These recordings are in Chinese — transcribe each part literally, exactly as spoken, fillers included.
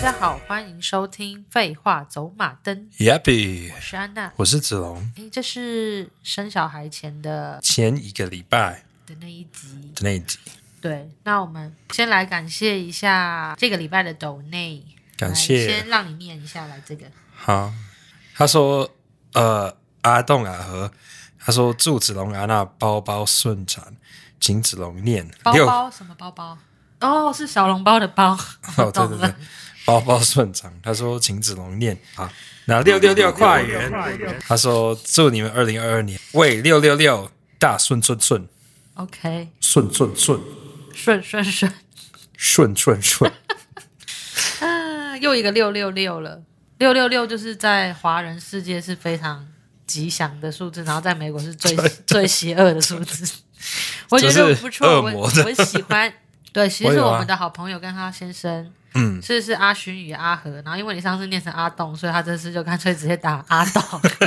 家好，欢迎收听废话走马灯。 Yappy， 我是安娜， 我是子龙。 诶这是生小孩前的前一个礼拜的那一集的那一集， 对，那我们先来感谢一下这个礼拜的抖内， 感谢。 先让你念一下来这个。 好，他说呃阿栋阿和，他说祝子龙阿娜包包顺产，请子龙念包包什么包包？哦，是小笼包的包。 哦，对对对，包包顺产。他说请子龙念啊，那六六六快元。他说祝你们二零二二年为六六六大顺顺顺。 OK， 顺顺顺顺顺顺顺顺顺啊，又一个六六六了。六六六就是在华人世界是非常吉祥的数字，然后在美国是最最邪恶的数字。我觉得不错，我我喜欢。对，其实是我们的好朋友跟他先生，嗯，是是阿勋与阿和，然后因为你上次念成阿栋，所以他这次就干脆直接打阿栋，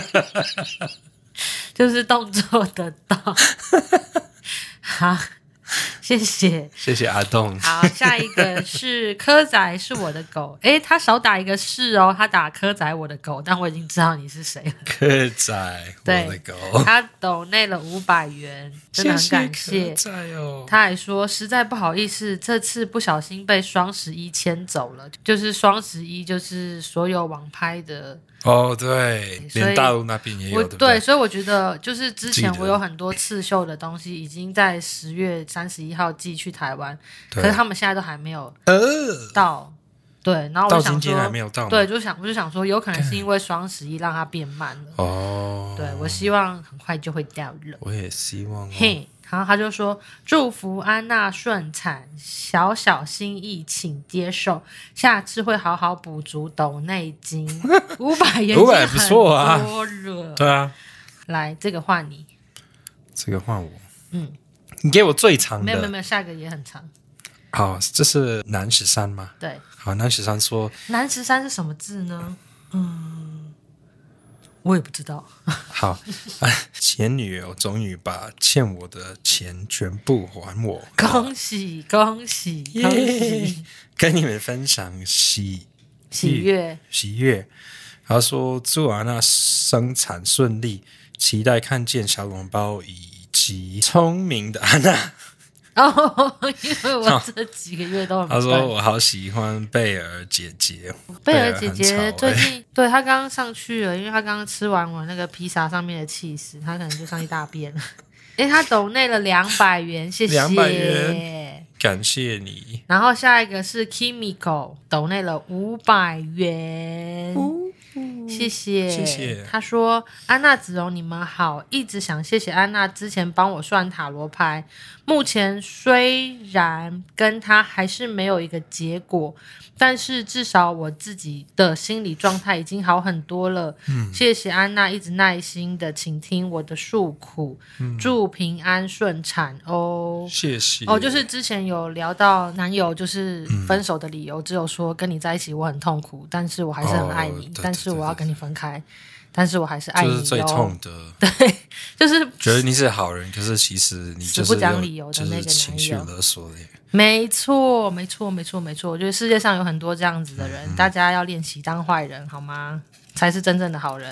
就是动作的动。好，谢谢， 谢谢阿栋。 好，下一个是柯仔是我的狗，诶，他少打一个是哦，他打柯仔我的狗，但我已经知道你是谁了。 柯仔我的狗， 他抖内了五百元，真的很感谢。 谢谢柯仔哦。 他还说实在不好意思，这次不小心被双十一牵走了，就是双十一就是所有网拍的。 哦，对，连大陆那边也有，对不对？ 对，所以我觉得就是之前我有很多刺绣的东西，已经在十月三十一号寄去台湾，可是他们现在都还没有到。呃、对，然后我就想说，到今天还没有到，对，就想我就想说，有可能是因为双十一让它变慢了。哦，对，我希望很快就会到了。 我也希望、哦。 嘿。然后他就说祝福安娜顺产，小小心意请接受，下次会好好补足抖内金。五百元已经很多了， 对啊， 来这个换你， 这个换我，嗯，你给我最长的， 没有没有没有，下个也很长。 好，这是南十三吗？ 对， 好，南十三说， 南十三是什么字呢？嗯，我也不知道。 好，前女友终于把欠我的钱全部还我， 恭喜恭喜恭喜！ 跟你们分享喜喜悦喜悦。他说祝安娜生产顺利，期待看见小笼包以及聪明的安娜。 哦，因为我这几个月都很他说我好喜欢贝尔姐姐， 贝尔姐姐最近、欸、对她刚刚上去了，因为她刚刚吃完我那个披萨上面的起司，她可能就上去大便了。因为她抖内了两百元，谢谢，两百元， 感谢你。 然后下一个是 Kimiko 抖内了五百元。哦，谢谢谢谢。 他说安娜子荣你们好，一直想谢谢安娜之前帮我算塔罗牌，目前虽然跟他还是没有一个结果，但是至少我自己的心理状态已经好很多了、嗯、谢谢安娜一直耐心的倾听我的诉苦、嗯、祝平安顺产哦。 谢谢哦，就是之前有聊到男友就是分手的理由、嗯、只有说跟你在一起我很痛苦，但是我还是很爱你、哦、对对对对，但是我要跟你分开，但是我还是爱你、哦、 这是最痛的。 对，就是觉得你是好人，可是其实你就是不讲理由的那个男友， 就是情绪勒索的。 没错没错没错没错，我觉得世界上有很多这样子的人、嗯、大家要练习当坏人好吗？才是真正的好人。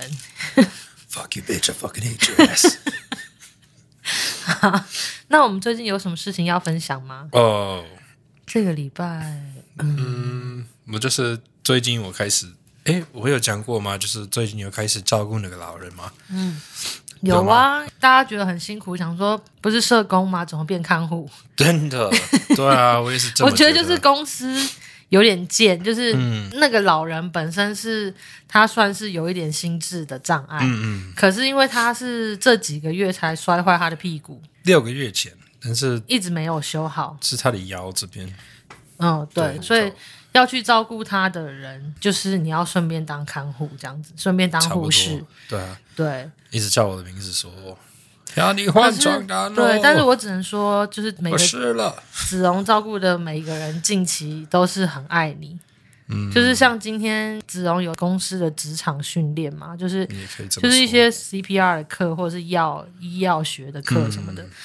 Fuck you bitch, I fucking hate your ass 好，那我们最近有什么事情要分享吗？哦、oh, 这个礼拜 嗯, 嗯我就是最近我开始诶我有讲过吗？就是最近有开始照顾那个老人吗？嗯， 有啊，大家觉得很辛苦，想说不是社工吗？怎么变看护？ 真的，对啊，我也是这么觉得。 我觉得就是公司有点贱，就是那个老人本身是他算是有一点心智的障碍，嗯嗯，可是因为他是这几个月才摔坏他的屁股， 六个月前，但是一直没有修好， 是他的腰这边。 嗯，对，对，所以要去照顾他的人，就是你要顺便当看护这样子，顺便当护士。 对啊， 对， 一直叫我的名字说要你换床单。 对，但是我只能说，就是每个是了子荣照顾的每一个人，近期都是很爱你。嗯，就是像今天子荣有公司的职场训练嘛，就是就是一些 C P R 的课，或者是药医药学的课什么的。嗯，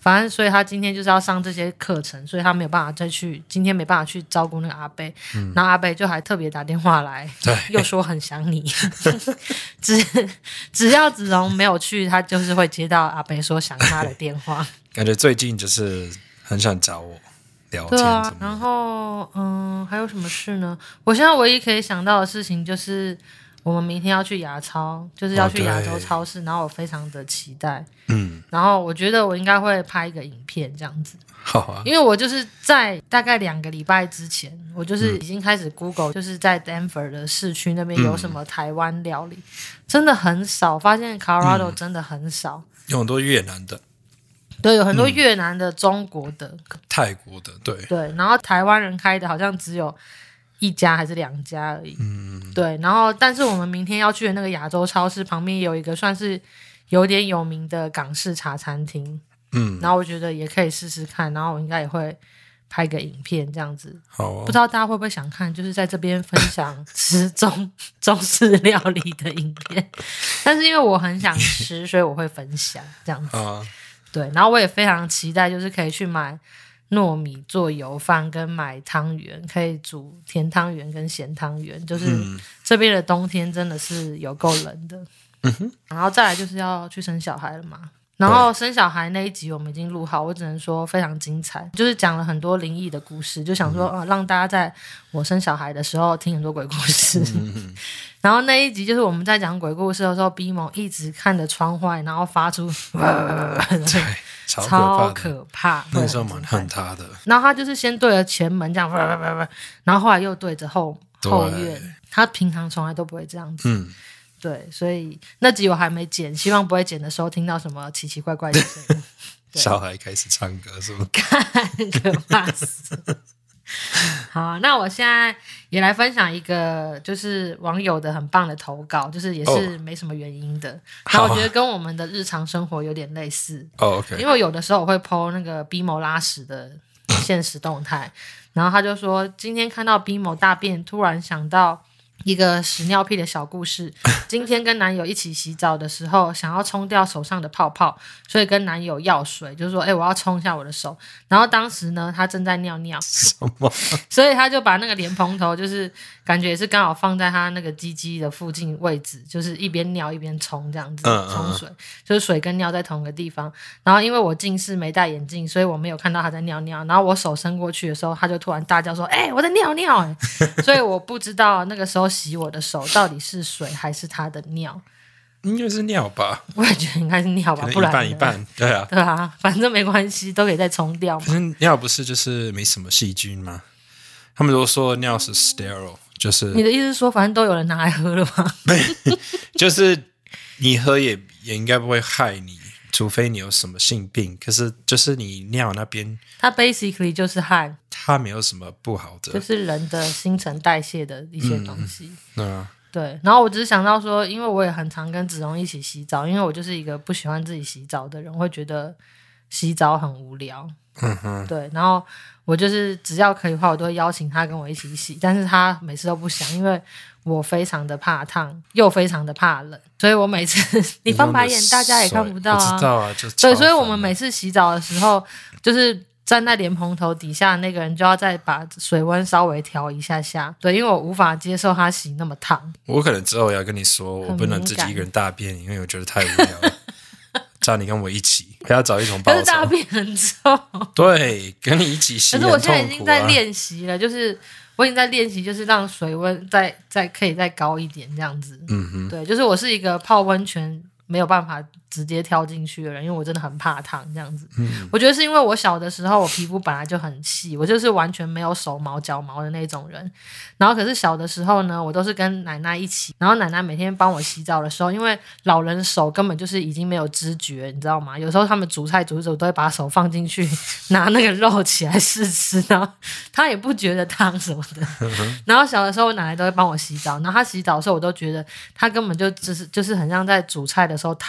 反正所以他今天就是要上这些课程，所以他没有办法再去，今天没办法去照顾那个阿伯。嗯、然后阿伯就还特别打电话来，又说很想你。只只要子荣没有去，他就是会接到阿伯说想他的电话。 感觉最近就是很想找我聊天。 对啊，然后嗯，还有什么事呢？我现在唯一可以想到的事情就是我们明天要去亚超，就是要去亚洲超市，哦、然后我非常的期待。嗯，然后我觉得我应该会拍一个影片这样子。 好啊， 因为我就是在大概两个礼拜之前，我就是已经开始 Google，、嗯、就是在 Denver 的市区那边有什么台湾料理，嗯、真的很少，发现 Colorado 真的很少， 嗯、有很多越南的。 对，有很多越南的、嗯、中国的、 泰国的，对对，然后台湾人开的好像只有一家还是两家而已。嗯，对，然后但是我们明天要去的那个亚洲超市旁边有一个算是有点有名的港式茶餐厅，嗯，然后我觉得也可以试试看，然后我应该也会拍个影片这样子。 好、哦， 不知道大家会不会想看，就是在这边分享吃中中式料理的影片，但是因为我很想吃，所以我会分享这样子。啊对，然后我也非常期待，就是可以去买糯米做油饭，跟买汤圆，可以煮甜汤圆跟咸汤圆。就是这边的冬天真的是有够冷的。嗯哼，然后再来就是要去生小孩了嘛。然后生小孩那一集我们已经录好，我只能说非常精彩，就是讲了很多灵异的故事，就想说、嗯呃、让大家在我生小孩的时候听很多鬼故事。嗯、然后那一集就是我们在讲鬼故事的时候 B 某一直看着窗外，然后发出超可怕， 超可怕， 那个时候蛮恨他的。 然后他就是先对着前门这样，然后后来又对着后后院，他平常从来都不会这样子。嗯，对，所以那集我还没剪，希望不会剪的时候听到什么奇奇怪怪的声音。 小孩开始唱歌是吗？ 看，可怕死！好，那我现在也来分享一个就是网友的很棒的投稿，就是也是没什么原因的。那、oh, 我觉得跟我们的日常生活有点类似。哦、 oh, OK。 因为有的时候我会 po 那个 B 某拉屎的限时动态，然后他就说今天看到 B 某大便，突然想到一个屎尿屁的小故事。今天跟男友一起洗澡的时候，想要冲掉手上的泡泡，所以跟男友要水，就是说，哎、欸，我要冲一下我的手。然后当时呢，他正在尿尿， 什么？ 所以他就把那个莲蓬头，就是感觉也是刚好放在他那个鸡鸡的附近位置，就是一边尿一边冲这样子，冲水，就是水跟尿在同一个地方。然后因为我近视没戴眼镜，所以我没有看到他在尿尿。然后我手伸过去的时候，他就突然大叫说：“哎、欸，我在尿尿！”哎，所以我不知道那个时候洗我的手到底是水还是他的尿。 应该是尿吧， 我也觉得应该是尿吧，不然一半一半，对啊， 对啊，反正没关系，都可以再冲掉嘛。 可是尿不是就是没什么细菌吗？他们都说尿是 sterile， 就是你的意思是说，反正都有人拿来喝了吗？ 就是你喝也也应该不会害你，除非你有什么性病。可是就是你尿那边， 它 basically 就是汗， 它没有什么不好的， 就是人的新陈代谢的一些东西。 嗯，啊。 对，然后我只是想到说，因为我也很常跟子荣一起洗澡，因为我就是一个不喜欢自己洗澡的人，我会觉得洗澡很无聊。嗯哼，对，然后我就是只要可以的话，我都会邀请他跟我一起洗，但是他每次都不想，因为我非常的怕烫，又非常的怕冷，所以我每次你翻白眼，大家也看不到啊。 我知道啊，就对，所以我们每次洗澡的时候，就是站在莲蓬头底下那个人就要再把水温稍微调一下下，对，因为我无法接受他洗那么烫。 我可能之后要跟你说，我不能自己一个人大便，因为我觉得太无聊了。叫你跟我一起，不要找一桶报酬。 可是大便很臭。 对，跟你一起洗、啊。 可是我现在已经在练习了，就是我已经在练习，就是让水温再再可以再高一点这样子。嗯哼，对，就是我是一个泡温泉没有办法直接跳进去的人，因为我真的很怕烫这样子。嗯，我觉得是因为我小的时候我皮肤本来就很细，我就是完全没有手毛脚毛的那种人。然后可是小的时候呢，我都是跟奶奶一起，然后奶奶每天帮我洗澡的时候，因为老人手根本就是已经没有知觉，你知道吗？有时候他们煮菜煮一煮都会把手放进去拿那个肉起来试吃，然后他也不觉得烫什么的。然后小的时候我奶奶都会帮我洗澡，然后他洗澡的时候我都觉得他根本就只是就是很像在煮菜的时候烫烫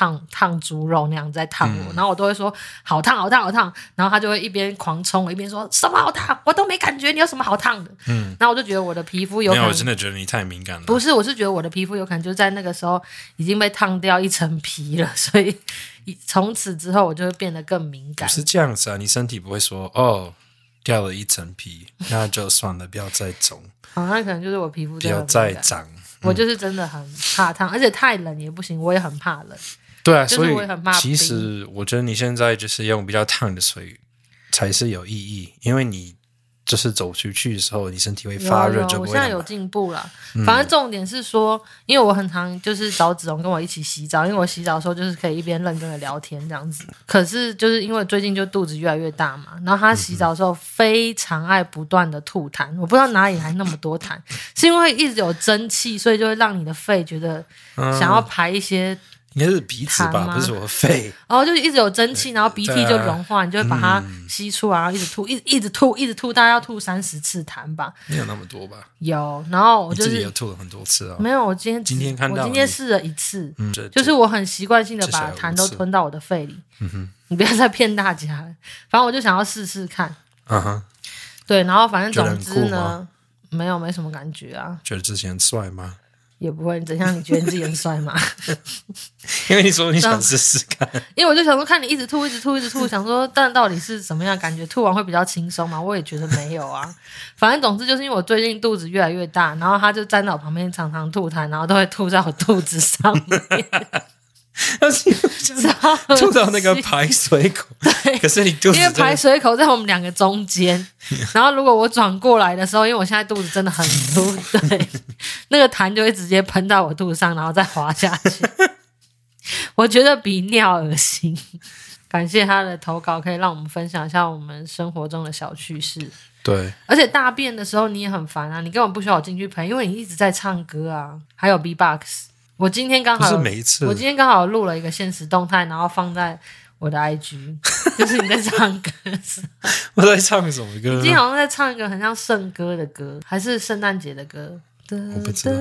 烫猪肉那样在烫我， 嗯、 然后我都会说好烫好烫好烫，然后他就会一边狂冲我一边说什么好烫，我都没感觉，你有什么好烫的？嗯，然后我就觉得我的皮肤有可能， 没有，我真的觉得你太敏感了。 不是，我是觉得我的皮肤有可能就在那个时候已经被烫掉一层皮了，所以从此之后我就会变得更敏感。 不是这样子啊，你身体不会说哦掉了一层皮，那就算了，不要再肿。 好，那可能就是我皮肤不要再长。嗯、 我就是真的很怕烫，而且太冷也不行，我也很怕冷。 对啊， 就是我也很怕所以其实我觉得你现在就是用比较烫的水才是有意义，因为你就是走出去的时候，你身体会发热，就不会。 我现在有进步了，嗯、反正重点是说，因为我很常就是找子荣跟我一起洗澡，因为我洗澡的时候就是可以一边认真的聊天这样子。可是就是因为最近就肚子越来越大嘛，然后他洗澡的时候非常爱不断的吐痰，我不知道哪里来那么多痰，是因为一直有蒸汽，所以就会让你的肺觉得想要排一些。 应该是鼻子吧，不是我肺。 然后就一直有蒸汽，然后鼻涕就融化，啊、你就会把它吸出来，然后一直吐，一直一直吐，一直吐，大概要吐三十次痰吧。 没有那么多吧？ 有，然后我、就是、 你自己有吐了很多次啊、哦？ 没有，我今天今天看到我今天试了一次， 嗯、 就是我很习惯性的把痰都吞到我的肺里。嗯哼，你不要再骗大家了，反正我就想要试试看。嗯哼，对，然后反正总之呢，没有没什么感觉啊。 觉得之前很帅吗？ 也不会怎样，你觉得你自己很帅吗？ 因为你说你想试试看， 因为我就想说看你一直吐一直吐一直吐，想说但到底是什么样的感觉，吐完会比较轻松吗？我也觉得没有啊。反正总之就是因为我最近肚子越来越大，然后他就站在我旁边常常吐痰，然后都会吐在我肚子上面。 但是吐到那个排水口， 对， 可是你肚子因为排水口在我们两个中间，然后如果我转过来的时候，因为我现在肚子真的很凸，对，那个痰就会直接喷到我肚子上，然后再滑下去。我觉得比尿恶心。感谢他的投稿，可以让我们分享一下我们生活中的小趣事。 对， 而且大便的时候你也很烦啊，你根本不需要我进去陪，因为你一直在唱歌啊，还有 B-box。我今天刚好， 不是每一次， 我今天刚好录了一个限时动态，然后放在我的 I G， 就是你在唱歌的时候。 我在唱什么歌？ 你今天好像在唱一个很像圣歌的歌，还是圣诞节的歌？ 我不知道。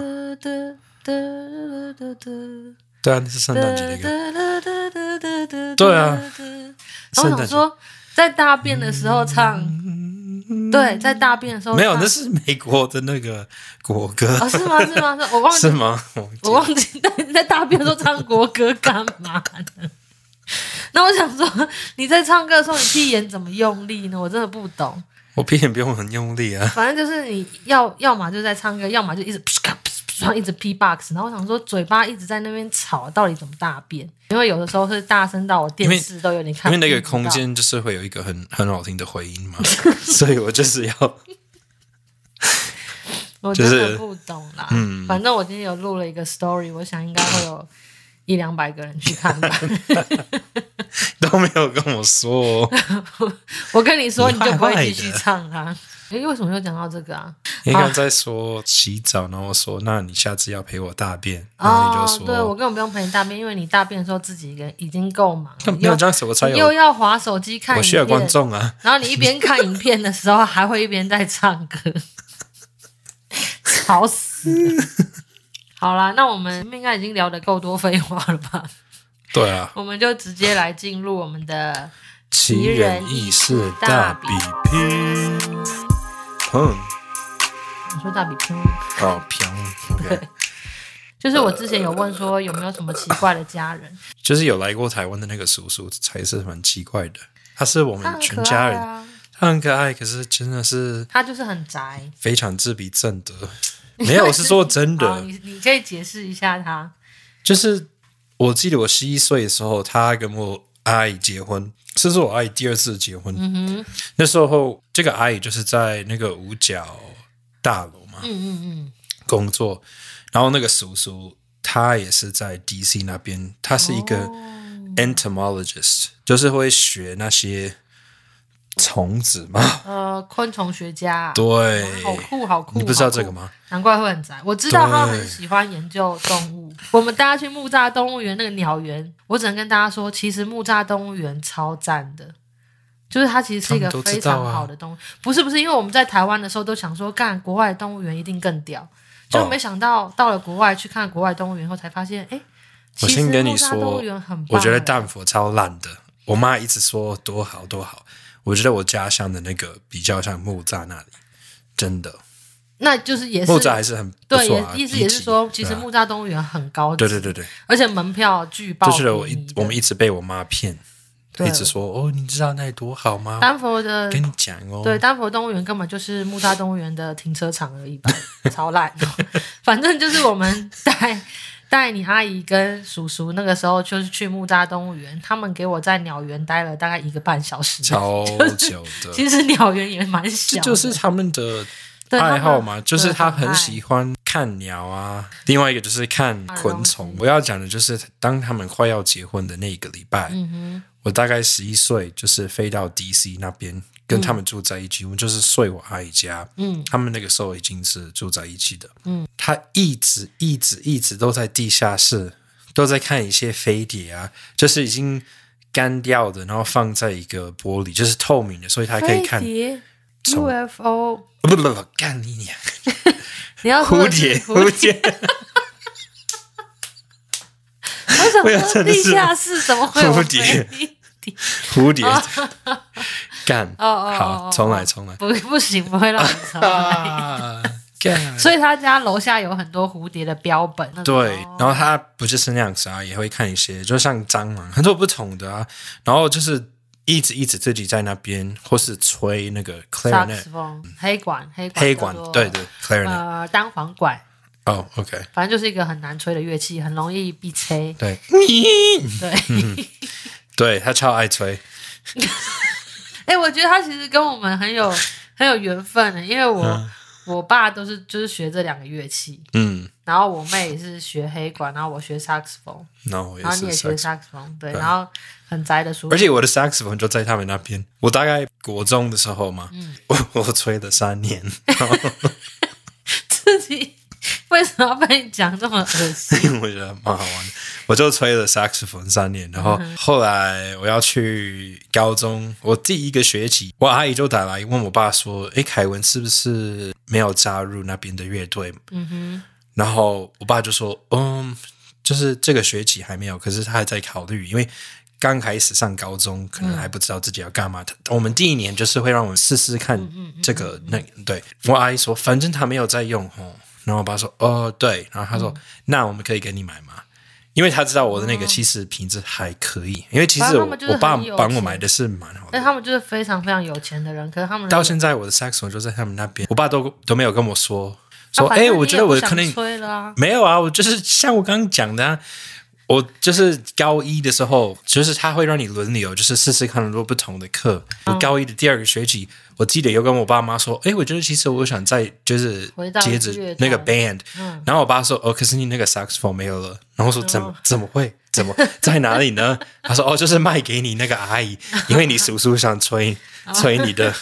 对啊，那是圣诞节的歌。对啊。 然后我想说，在大便的时候唱。对，在大便的时候没有，那是美国的那个国歌。 哦，是吗？是吗？是我忘记是吗？ 我忘记你在大便的时候唱国歌干嘛呢？那我想说，你在唱歌的时候，你屁眼怎么用力呢？我真的不懂。 我屁眼不用很用力啊， 反正就是你要要么就在唱歌，要么就一直然后一直 P-box， 然后我想说嘴巴一直在那边吵，到底怎么大便？因为有的时候是大声到我电视都有点看不到， 因为那个空间就是会有一个很很好听的回音嘛，所以我就是要， 我真的不懂啦。就是嗯、反正我今天有录了一个 story， 我想应该会有一两百个人去看吧。 都没有跟我说、哦， 我跟你说，你就不会继续唱啊。诶，为什么又讲到这个啊？ 你刚在说洗澡，然后我说，那你下次要陪我大便，然后你就说， 哦、对我根本不用陪你大便，因为你大便的时候自己一个人已经够忙了， 没有这样子我才有， 又要滑手机看影片， 我需要观众啊。 然后你一边看影片的时候，还会一边在唱歌，吵死了。好啦，那我们应该已经聊得够多废话了吧？ 对啊， 我们就直接来进入我们的奇人异事大比拼。嗯， 你说大比拼？ 哦，拼。 对，就是我之前有问说有没有什么奇怪的家人， 就是有来过台湾的那个叔叔才是蛮奇怪的。他是我们全家人，他很可爱，可是真的是他就是很宅， 非常自闭症的。没有，我是说真的。 你你可以解释一下他， 就是我记得我十一岁的时候，他跟我阿姨结婚，这是我阿姨第二次结婚。嗯哼，那时候这个阿姨就是在那个五角大楼嘛，嗯嗯嗯，工作。然后那个叔叔他也是在 D C 那边，他是一个 entomologist，、哦、就是会学那些虫子嘛， 呃，昆虫学家、啊。 对， 好酷好酷！ 你不知道这个吗？ 难怪会很宅。我知道他很喜欢研究动物。我们大家去木栅动物园那个鸟园，我只能跟大家说，其实木栅动物园超赞的，就是它其实是一个非常好的动物。啊、不是不是，因为我们在台湾的时候都想说，干国外的动物园一定更屌，就没想到到了国外去看国外动物园后，才发现，哎， 我先跟你其实木栅动说物园很棒， 我觉得丹佛超烂的，我妈一直说多好多好，我觉得我家乡的那个比较像木栅那里，真的。 那就是也是木栅还是很不对， 错啊， 也意思也是说，其实木栅动物园很高级， 对对对对， 而且门票巨爆便宜的， 就是我一我们一直被我妈骗，一直说哦，你知道那里多好吗？ 丹佛的跟你讲哦， 对，丹佛动物园根本就是木栅动物园的停车场而已吧，超烂的。反正就是我们带带你阿姨跟叔叔那个时候就是去木栅动物园，他们给我在鸟园待了大概一个半小时， 超久的。 就是、其实鸟园也蛮小的， 这就是他们的爱好嘛，就是他很喜欢看鸟啊。另外一个就是看昆虫。我要讲的就是当他们快要结婚的那个礼拜， 嗯哼， 我大概十一岁，就是飞到 D C 那边跟他们住在一起，嗯、我们就是睡我阿姨家。嗯，他们那个时候已经是住在一起的。嗯，他一直一直一直都在地下室，都在看一些飞碟啊，就是已经干掉的，然后放在一个玻璃，就是透明的，所以他可以看。 飞碟 U F O， 不不不不，干你娘！ 你要蝴蝶蝴蝶。 我想说地下室怎么会有蝴蝶？蝴蝶，干！ 哦哦， 好，重来重来。 不不行，不会让你重来。所以他家楼下有很多蝴蝶的标本。 对，然后他不就是那样子啊，也会看一些，就像蟑螂，很多不同的啊。然后就是一直一直自己在那边，或是吹那个 clarinet， 黑管黑管黑管，对对 clarinet， 呃单簧管。 哦、oh, ，OK， 反正就是一个很难吹的乐器，很容易被吹。 对， 对， 嗯、对他超爱吹。 哎、欸，我觉得他其实跟我们很有很有缘分的，因为我、嗯、我爸都是就是学这两个乐器，嗯，然后我妹也是学黑管，然后我学萨克斯风，然后你也学萨克斯风，对，然后很宅的叔叔， 而且我的萨克斯风就在他们那边。我大概国中的时候嘛，嗯、我我吹了三年， 自己。为什么要被你讲这么恶心？ 我觉得蛮好玩的。我就吹了萨克斯风三年，然后后来我要去高中，我第一个学期，我阿姨就打来问我爸说：“诶，凯文是不是没有加入那边的乐队？”嗯哼。然后我爸就说：“嗯，就是这个学期还没有，可是他还在考虑，因为刚开始上高中，可能还不知道自己要干嘛。嗯、我们第一年就是会让我们试试看这个、嗯嗯嗯嗯、那对。”我阿姨说：“反正他没有在用哦。”然后我爸说：“哦，对。”然后他说：“嗯、那我们可以给你买吗？”因为他知道我的那个其实品质还可以。因为其实 我, 我爸帮我买的是蛮好的。 但他们就是非常非常有钱的人，可是他们到现在我的 saxophone 就在他们那边，我爸都都没有跟我说说，哎、啊，我觉得我可能吹了、啊、 没有啊，我就是像我刚刚讲的、啊。我就是高一的时候，就是他会让你轮流，就是试试看很多不同的课。嗯、我高一的第二个学期，我记得有跟我爸妈说，哎，我觉得其实我想再就是接着那个 band，、嗯、然后我爸说，哦，可是你那个 saxophone 没有了。然后我说怎么、哦、怎么会？怎么在哪里呢？他说，哦，就是卖给你那个阿姨，因为你叔叔想吹吹你的。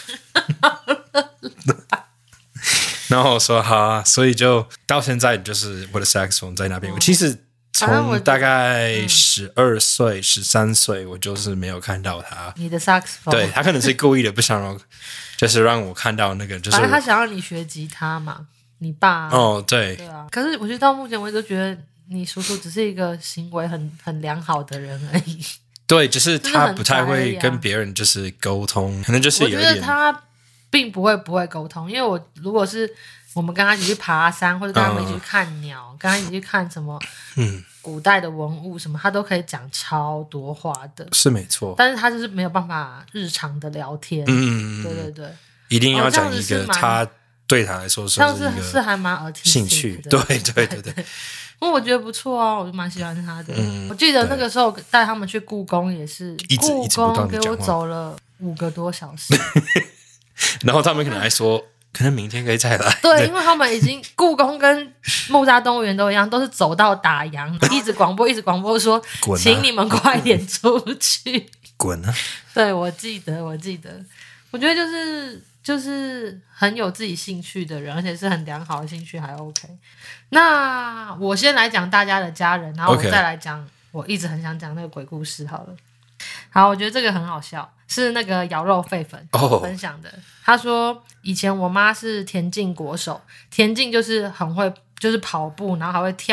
然后我说好啊，所以就到现在就是我的 saxophone 在那边。哦、其实。从大概十二岁、十三岁，我就是没有看到他。 你的萨克斯风， 对他可能是故意的，不想让，就是让我看到那个，就是反正他想让你学吉他嘛，你爸、啊、 哦，对， 对啊。可是我觉得到目前为止，都觉得你叔叔只是一个行为很很良好的人而已。 对，只是他不太会跟别人就是沟通，可能就是有一点。 我觉得他并不会不会沟通，因为我如果是。我们跟他一起去爬山，或者跟他们一起去看鸟，嗯、跟他一起去看什么古代的文物什么，他都可以讲超多话的， 是没错。 但是他就是没有办法日常的聊天，嗯，对对对， 一定要讲一个他对他来说是这样是是还蛮耳听兴趣，对对对对。 因为我觉得不错啊，我就蛮喜欢他的。嗯、我记得那个时候带他们去故宫也是，故宫给我走了五个多小时， 然后他们可能还说。可能明天可以再来。 对，因为他们已经故宫跟木栅动物园都一样，都是走到打烊，一直广播，一直广播说，啊、请你们快点出去， 滚啊！ 对，我记得，我记得，我觉得就是就是很有自己兴趣的人，而且是很良好的兴趣，还 OK。那我先来讲大家的家人，然后我再来讲我一直很想讲那个鬼故事好了。好，我觉得这个很好笑，是那个咬肉肺粉分享的。Oh. 他说以前我妈是田径国手，田径就是很会，就是跑步，然后还会跳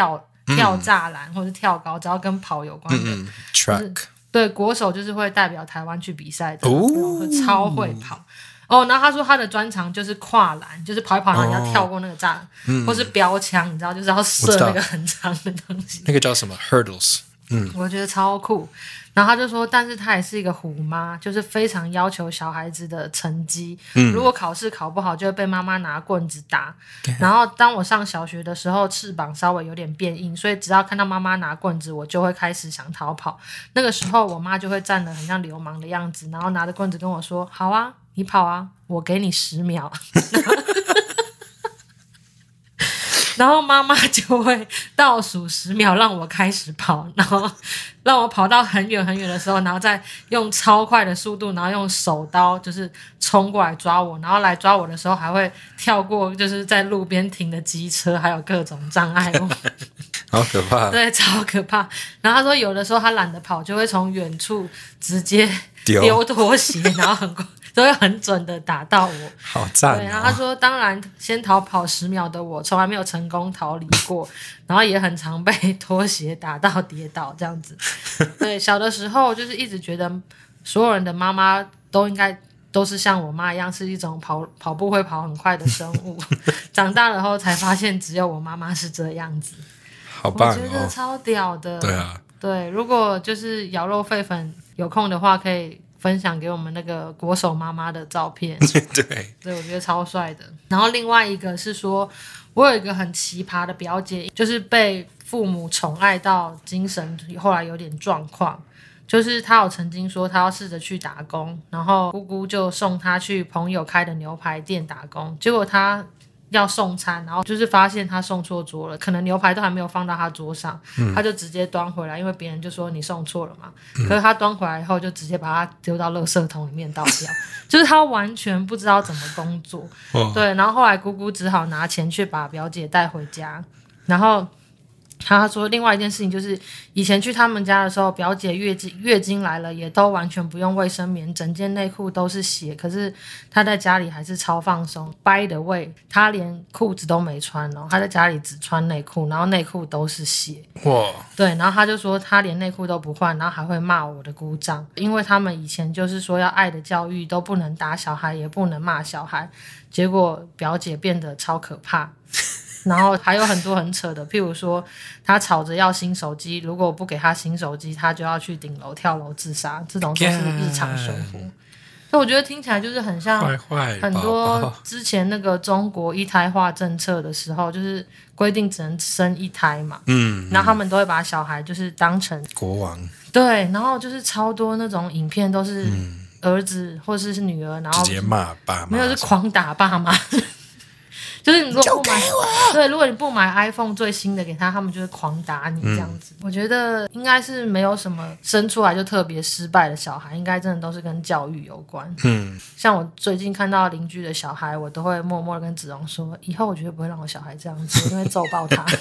跳栅栏、嗯、或者跳高，只要跟跑有关的、 嗯嗯、track。 对，国手就是会代表台湾去比赛的，哦、超会跑。哦，然后他说他的专长就是跨栏，就是跑一跑，然后你要跳过那个栅栏，哦、或是标枪，你知道，就是要射那个很长的东西。 那个叫什么 hurdles？ 嗯， 我觉得超酷。然后他就说，但是他也是一个虎妈，就是非常要求小孩子的成绩。嗯、如果考试考不好，就会被妈妈拿棍子打。然后当我上小学的时候，翅膀稍微有点变硬，所以只要看到妈妈拿棍子，我就会开始想逃跑。那个时候，我妈就会站得很像流氓的样子，然后拿着棍子跟我说：“好啊，你跑啊，我给你十秒。”然后妈妈就会倒数十秒让我开始跑，然后让我跑到很远很远的时候，然后再用超快的速度，然后用手刀就是冲过来抓我，然后来抓我的时候还会跳过就是在路边停的机车，还有各种障碍物。 好可怕。 对，超可怕。然后他说有的时候他懒得跑，就会从远处直接丢拖鞋，然后很都会很准的打到我。 好赞、哦！ 对，然后他说当然先逃跑十秒的我从来没有成功逃离过，然后也很常被拖鞋打到跌倒这样子。对，小的时候就是一直觉得所有人的妈妈都应该都是像我妈一样是一种跑跑步会跑很快的生物。长大了后才发现只有我妈妈是这样子。 好棒、哦、 我觉得超屌的。 对啊， 对，如果就是咬肉肺粉有空的话可以分享给我们那个国手妈妈的照片。 对对，我觉得超帅的。然后另外一个是说，我有一个很奇葩的表姐，就是被父母宠爱到精神后来有点状况，就是她有曾经说她要试着去打工，然后姑姑就送她去朋友开的牛排店打工，结果她要送餐，然后就是发现他送错桌了，可能牛排都还没有放到他桌上，嗯、他就直接端回来，因为别人就说你送错了嘛。嗯、可是他端回来以后，就直接把它丢到垃圾桶里面倒掉，就是他完全不知道怎么工作。哦、对，然后后来姑姑只好拿钱去把表姐带回家，然后。他说另外一件事情就是以前去他们家的时候，表姐月经月经来了也都完全不用卫生棉，整件内裤都是血，可是他在家里还是超放松。 By the way， 他连裤子都没穿哦，他在家里只穿内裤，然后内裤都是血。哇！对，然后他就说他连内裤都不换，然后还会骂我的姑丈，因为他们以前就是说要爱的教育都不能打小孩也不能骂小孩，结果表姐变得超可怕。然后还有很多很扯的，譬如说他吵着要新手机，如果不给他新手机，他就要去顶楼跳楼自杀，这种都是日常生活。所以我觉得听起来就是很像很多之前那个中国一胎化政策的时候，就是规定只能生一胎嘛，嗯，然后他们都会把小孩就是当成国王， 对，然后就是超多那种影片都是儿子或是女儿，然后直接骂爸妈， 没有是狂打爸妈。就是你如果不买，对，如果你不买 iPhone 最新的给他，他们就会狂打你这样子。嗯、我觉得应该是没有什么生出来就特别失败的小孩，应该真的都是跟教育有关。嗯，像我最近看到邻居的小孩，我都会默默的跟子荣说，以后我绝对不会让我小孩这样子，我一定会揍爆他。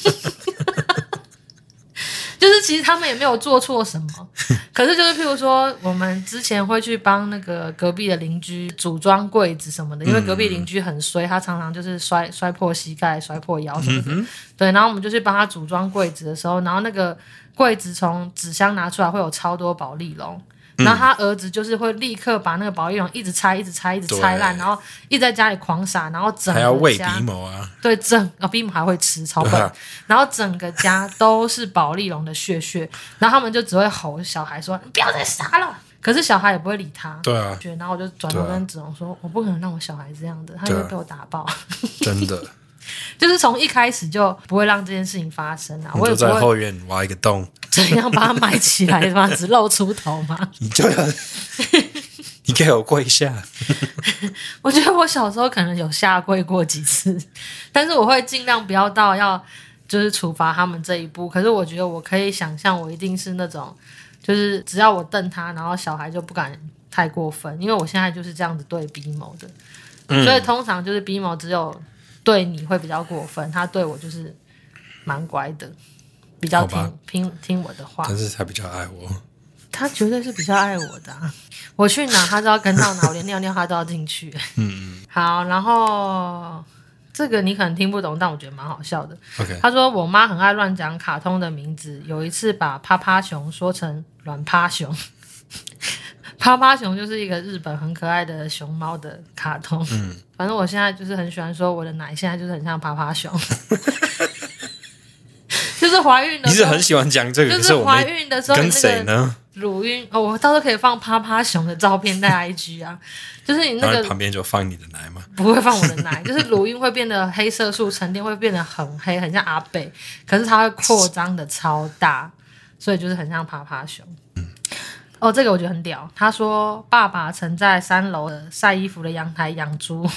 就是其实他们也没有做错什么，可是就是譬如说我们之前会去帮那个隔壁的邻居组装柜子什么的，因为隔壁邻居很衰，他常常就是摔摔破膝盖摔破腰什么的、嗯、对，然后我们就去帮他组装柜子的时候，然后那个柜子从纸箱拿出来会有超多保丽龙，然后他儿子就是会立刻把那个保丽龙一直拆一直拆一直拆烂，然后一直在家里狂撒，然后整个家还要喂鼻毛啊， 对，整个鼻毛还会吃，超笨、啊、然后整个家都是保丽龙的血血，然后他们就只会吼小孩说你不要再撒了，可是小孩也不会理他， 对啊， 然后我就转头跟子龙说、啊、我不可能让我小孩这样的，他就会被我打爆、啊、 真的就是从一开始就不会让这件事情发生啊！我就在后院挖一个洞， 怎样把它埋起来吗？只露出头吗？ 你就要，你给我跪下。 我觉得我小时候可能有下跪过几次，但是我会尽量不要到要就是处罚他们这一步。可是我觉得我可以想象，我一定是那种，就是只要我瞪他，然后小孩就不敢太过分，因为我现在就是这样子对 B 某的、嗯，所以通常就是 B 某只有。对你会比较过分，他对我就是蛮乖的，比较听听听我的话。 但是他比较爱我， 他绝对是比较爱我的、啊。我去哪他都要跟到哪，我连尿尿他都要进去。嗯，好，然后这个你可能听不懂，但我觉得蛮好笑的。 OK， 他说我妈很爱乱讲卡通的名字，有一次把趴趴熊说成软趴熊。趴趴熊就是一个日本很可爱的熊猫的卡通。嗯，反正我现在就是很喜欢说我的奶现在就是很像趴趴熊。就是怀孕的时候， 你是很喜欢讲这个， 就是怀孕的时候跟谁呢？ 乳晕哦，我到时候可以放趴趴熊的照片在 I G 啊。就是你那个旁边就放你的奶吗？ 不会放我的奶，就是乳晕会变得黑色素沉淀会变得很黑，很像阿贝，可是它会扩张的超大，所以就是很像趴趴熊。嗯，哦，这个我觉得很屌。他说爸爸曾在三楼的晒衣服的阳台养猪，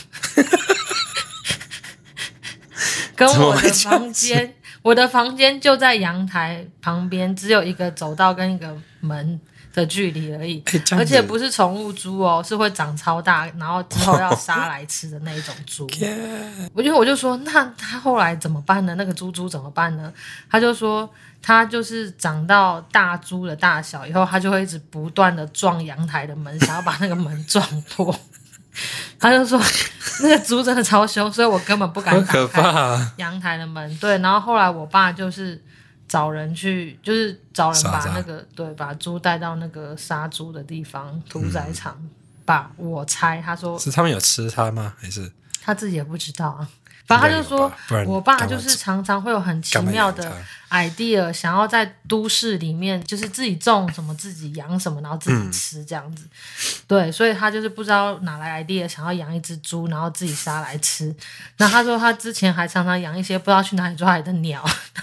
跟我的房间。我的房间就在阳台旁边，只有一个走道跟一个门的距离而已， 欸、 而且不是宠物猪哦，是会长超大，然后之后要杀来吃的那一种猪。我就我就说，那他后来怎么办呢？那个猪猪怎么办呢？他就说，他就是长到大猪的大小以后，他就会一直不断的撞阳台的门，想要把那个门撞破。他就说那个猪真的超凶，所以我根本不敢打开阳台的门。对，然后后来我爸就是找人去，就是找人把那个对把猪带到那个杀猪的地方屠宰场，嗯、把我猜他说是他们有吃它吗？还是他自己也不知道啊。反正他就说，我爸就是常常会有很奇妙的 idea， 想要在都市里面就是自己种什么，自己养什么，然后自己吃这样子。嗯、对，所以他就是不知道哪来 idea， 想要养一只猪，然后自己杀来吃。然后他说他之前还常常养一些不知道去哪里抓来的鸟。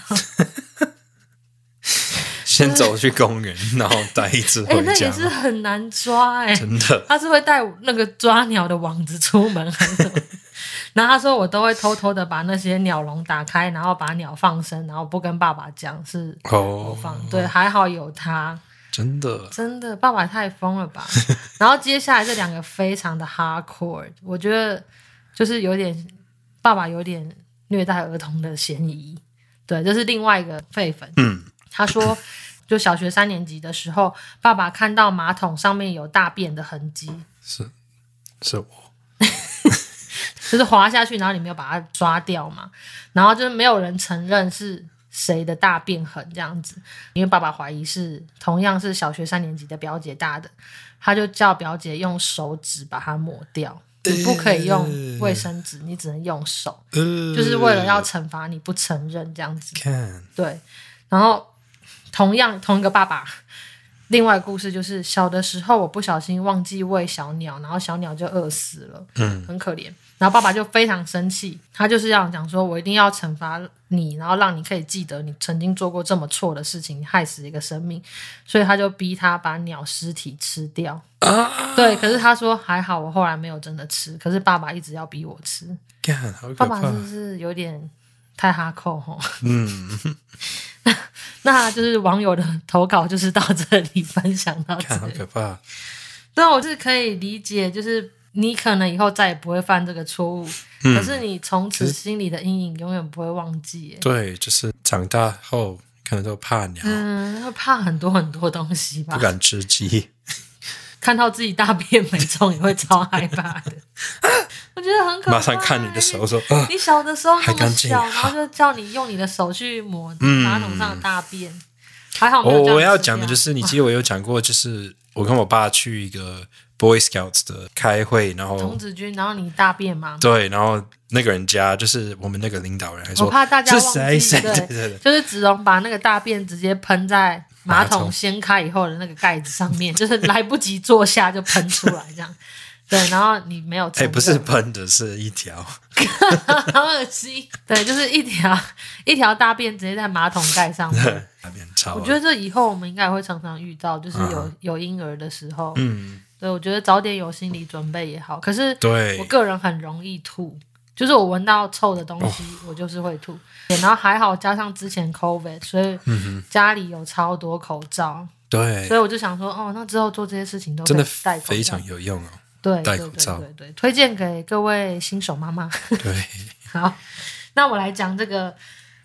先走去公园，然后带一只回家。 哎、欸，那也是很难抓哎、欸， 真的。 他是会带那个抓鸟的网子出门，还是什么？然后他说我都会偷偷的把那些鸟笼打开，然后把鸟放生，然后不跟爸爸讲是我放。Oh, 对，还好有他。 真的， 真的，爸爸太疯了吧？然后接下来这两个非常的 hardcore， 我觉得就是有点爸爸有点虐待儿童的嫌疑。对，这是另外一个废粉。嗯，他说。就小学三年级的时候，爸爸看到马桶上面有大便的痕迹， 是是我， 就是滑下去，然后你没有把它刷掉嘛，然后就是没有人承认是谁的大便痕这样子，因为爸爸怀疑是同样是小学三年级的表姐大的，他就叫表姐用手指把它抹掉，你不可以用卫生纸，你只能用手，呃、就是为了要惩罚你不承认这样子。对，然后。同样同一个爸爸，另外一个故事就是小的时候我不小心忘记喂小鸟，然后小鸟就饿死了，嗯，很可怜。然后爸爸就非常生气，他就是要讲说，我一定要惩罚你，然后让你可以记得你曾经做过这么错的事情，害死一个生命，所以他就逼他把鸟尸体吃掉。啊、对，可是他说还好，我后来没有真的吃，可是爸爸一直要逼我吃。 好可怕，爸爸是不是有点太哈扣吼？嗯。那就是网友的投稿就是到这里分享到这里。 好可怕。 对啊，我是可以理解，就是你可能以后再也不会犯这个错误，嗯、可是你从此心里的阴影永远不会忘记耶。 对，就是长大后可能都怕鸟， 嗯，会怕很多很多东西吧， 不敢吃鸡， 看到自己大便没中也会超害怕的。我觉得很可怕。 马上看你的手说，啊、 你小的时候那么小， 然后就叫你用你的手去抹马桶上的大便，嗯、还好没有这样。 我要讲的就是，你记得我有讲过，就是我跟我爸去一个 Boy Scouts 的开会，然后童子军，然后你大便嘛？ 对，然后那个人家就是我们那个领导人还说， 我怕大家忘记， 是谁？ 对对对，就是子荣把那个大便直接喷在马桶掀开以后的那个盖子上面，就是来不及坐下就喷出来这样。对，然后你没有，哎、 欸，不是喷的，是一条， 好恶心。对，就是一条一条大便直接在马桶盖上面， 大便超。 我觉得这以后我们应该会常常遇到，就是有、嗯、有婴儿的时候，嗯，对，我觉得早点有心理准备也好。可是，对我个人很容易吐，就是我闻到臭的东西，哦、我就是会吐。然后还好加上之前 COVID， 所以家里有超多口罩， 对， 所以我就想说，哦，那之后做这些事情都真的戴口罩非常有用哦。 对， 戴口罩， 对对对对，推荐给各位新手妈妈。 对， 好，那我来讲这个，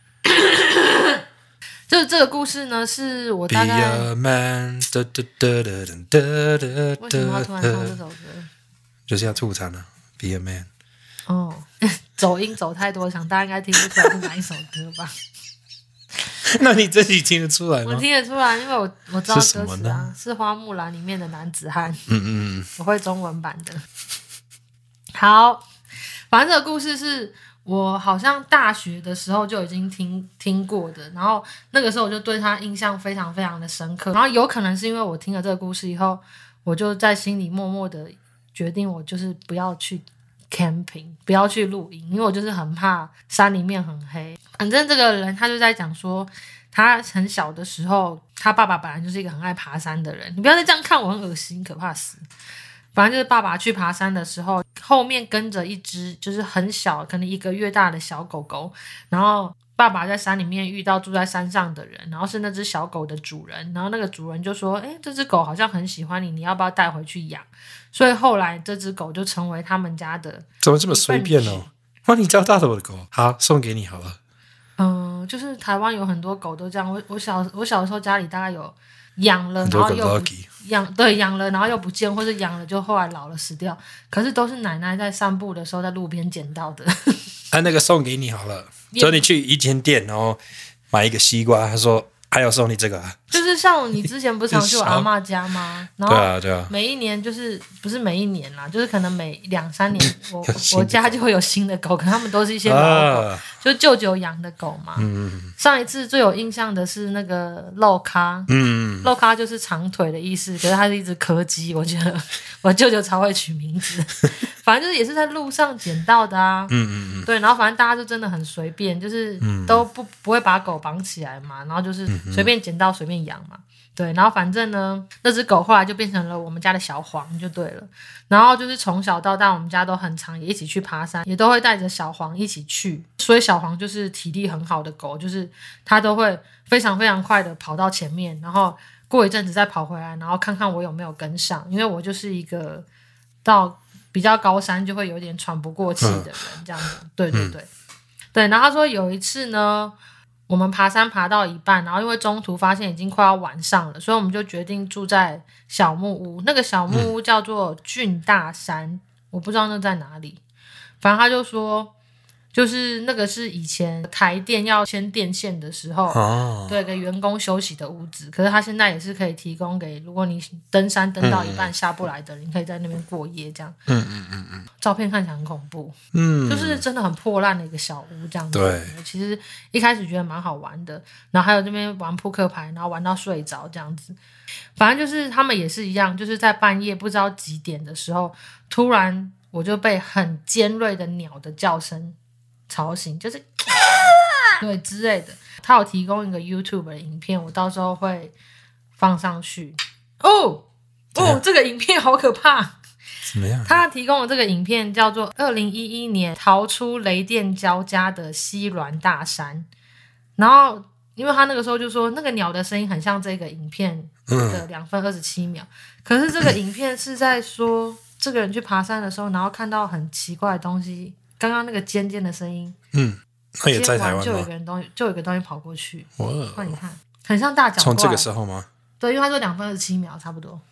就是这个故事呢，是我大概。Be a man， 为什么要突然唱这首歌？ 就是要吐槽呢。Be a man。 哦， 走音走太多，想大家应该听不出来是哪一首歌吧？ 那你自己听得出来吗？ 我听得出来，因为我我知道歌是什么词啊， 呢是花木兰里面的男子汉。 嗯嗯嗯， 我会中文版的。好，反正这个故事是我好像大学的时候就已经听听过的，然后那个时候我就对他印象非常非常的深刻。然后有可能是因为我听了这个故事以后，我就在心里默默的决定，我就是不要去 camping， 不要去露营，因为我就是很怕山里面很黑。反正这个人他就在讲说，他很小的时候，他爸爸本来就是一个很爱爬山的人。你不要再这样看我，很恶心，可怕死。反正就是爸爸去爬山的时候，后面跟着一只就是很小，可能一个月大的小狗狗。然后爸爸在山里面遇到住在山上的人，然后是那只小狗的主人。然后那个主人就说：“哎，这只狗好像很喜欢你，你要不要带回去养？”所以后来这只狗就成为他们家的。 怎么这么随便哦？哇，你教大的我的狗，好，送给你好了。 嗯，就是台湾有很多狗都这样。我我小我小的时候家里大概有养了， 很多个然后又不 lucky 养，对，养了然后又不见，或是养了就后来老了死掉。可是都是奶奶在散步的时候在路边捡到的。 啊，那个送给你好了，就你去一间店，然后买一个西瓜，他说还有送你这个啊。 就是像你之前不是常去我阿嬷家吗？然后对啊对啊， 每一年就是不是每一年啦，就是可能每两三年我有新的狗我家就会有新的狗，可能他们都是一些老狗， 啊， 就舅舅养的狗嘛。 嗯上一次最有印象的是那个肉咖， 嗯， 肉咖就是长腿的意思，可是它是一只柯基，我觉得我舅舅超会取名字。反正就是也是在路上捡到的啊， 嗯嗯嗯， 对，然后反正大家就真的很随便，就是都不不会把狗绑起来嘛，然后就是随便捡到随便养嘛，对，然后反正呢，那只狗后来就变成了我们家的小黄就对了，然后就是从小到大我们家都很常也一起去爬山，也都会带着小黄一起去，所以小黄就是体力很好的狗，就是它都会非常非常快的跑到前面，然后过一阵子再跑回来，然后看看我有没有跟上，因为我就是一个到比较高山就会有点喘不过气的人，这样子，对对对，对。然后他说有一次呢，我们爬山爬到一半，然后因为中途发现已经快要晚上了，所以我们就决定住在小木屋。那个小木屋叫做郡大山，我不知道那在哪里。反正他就说，就是那个是以前台电要牵电线的时候， 哦， 对，给员工休息的屋子。可是他现在也是可以提供给，如果你登山登到一半下不来的人，你可以在那边过夜这样。 嗯嗯嗯嗯， 照片看起来很恐怖， 嗯， 就是真的很破烂的一个小屋这样子。 对， 其实一开始觉得蛮好玩的，然后还有这边玩扑克牌，然后玩到睡着这样子。反正就是他们也是一样，就是在半夜不知道几点的时候，突然我就被很尖锐的鸟的叫声吵醒，就是、啊、对之类的。他有提供一个 YouTube 的影片，我到时候会放上去。哦哦，这个影片好可怕！ 怎么样？ 他提供的这个影片叫做二零一一年逃出雷电交加的西峦大山，然后因为他那个时候就说那个鸟的声音很像这个影片的两分二十七秒、嗯、可是这个影片是在说这个人去爬山的时候，然后看到很奇怪的东西，刚刚那个尖尖的声音， 嗯，那也在台湾吗？ 就有一个人东西，就有一个东西跑过去， 哇， 快你看，很像大脚怪。 从这个时候吗？ 对，因为他说两分二十七秒，差不多。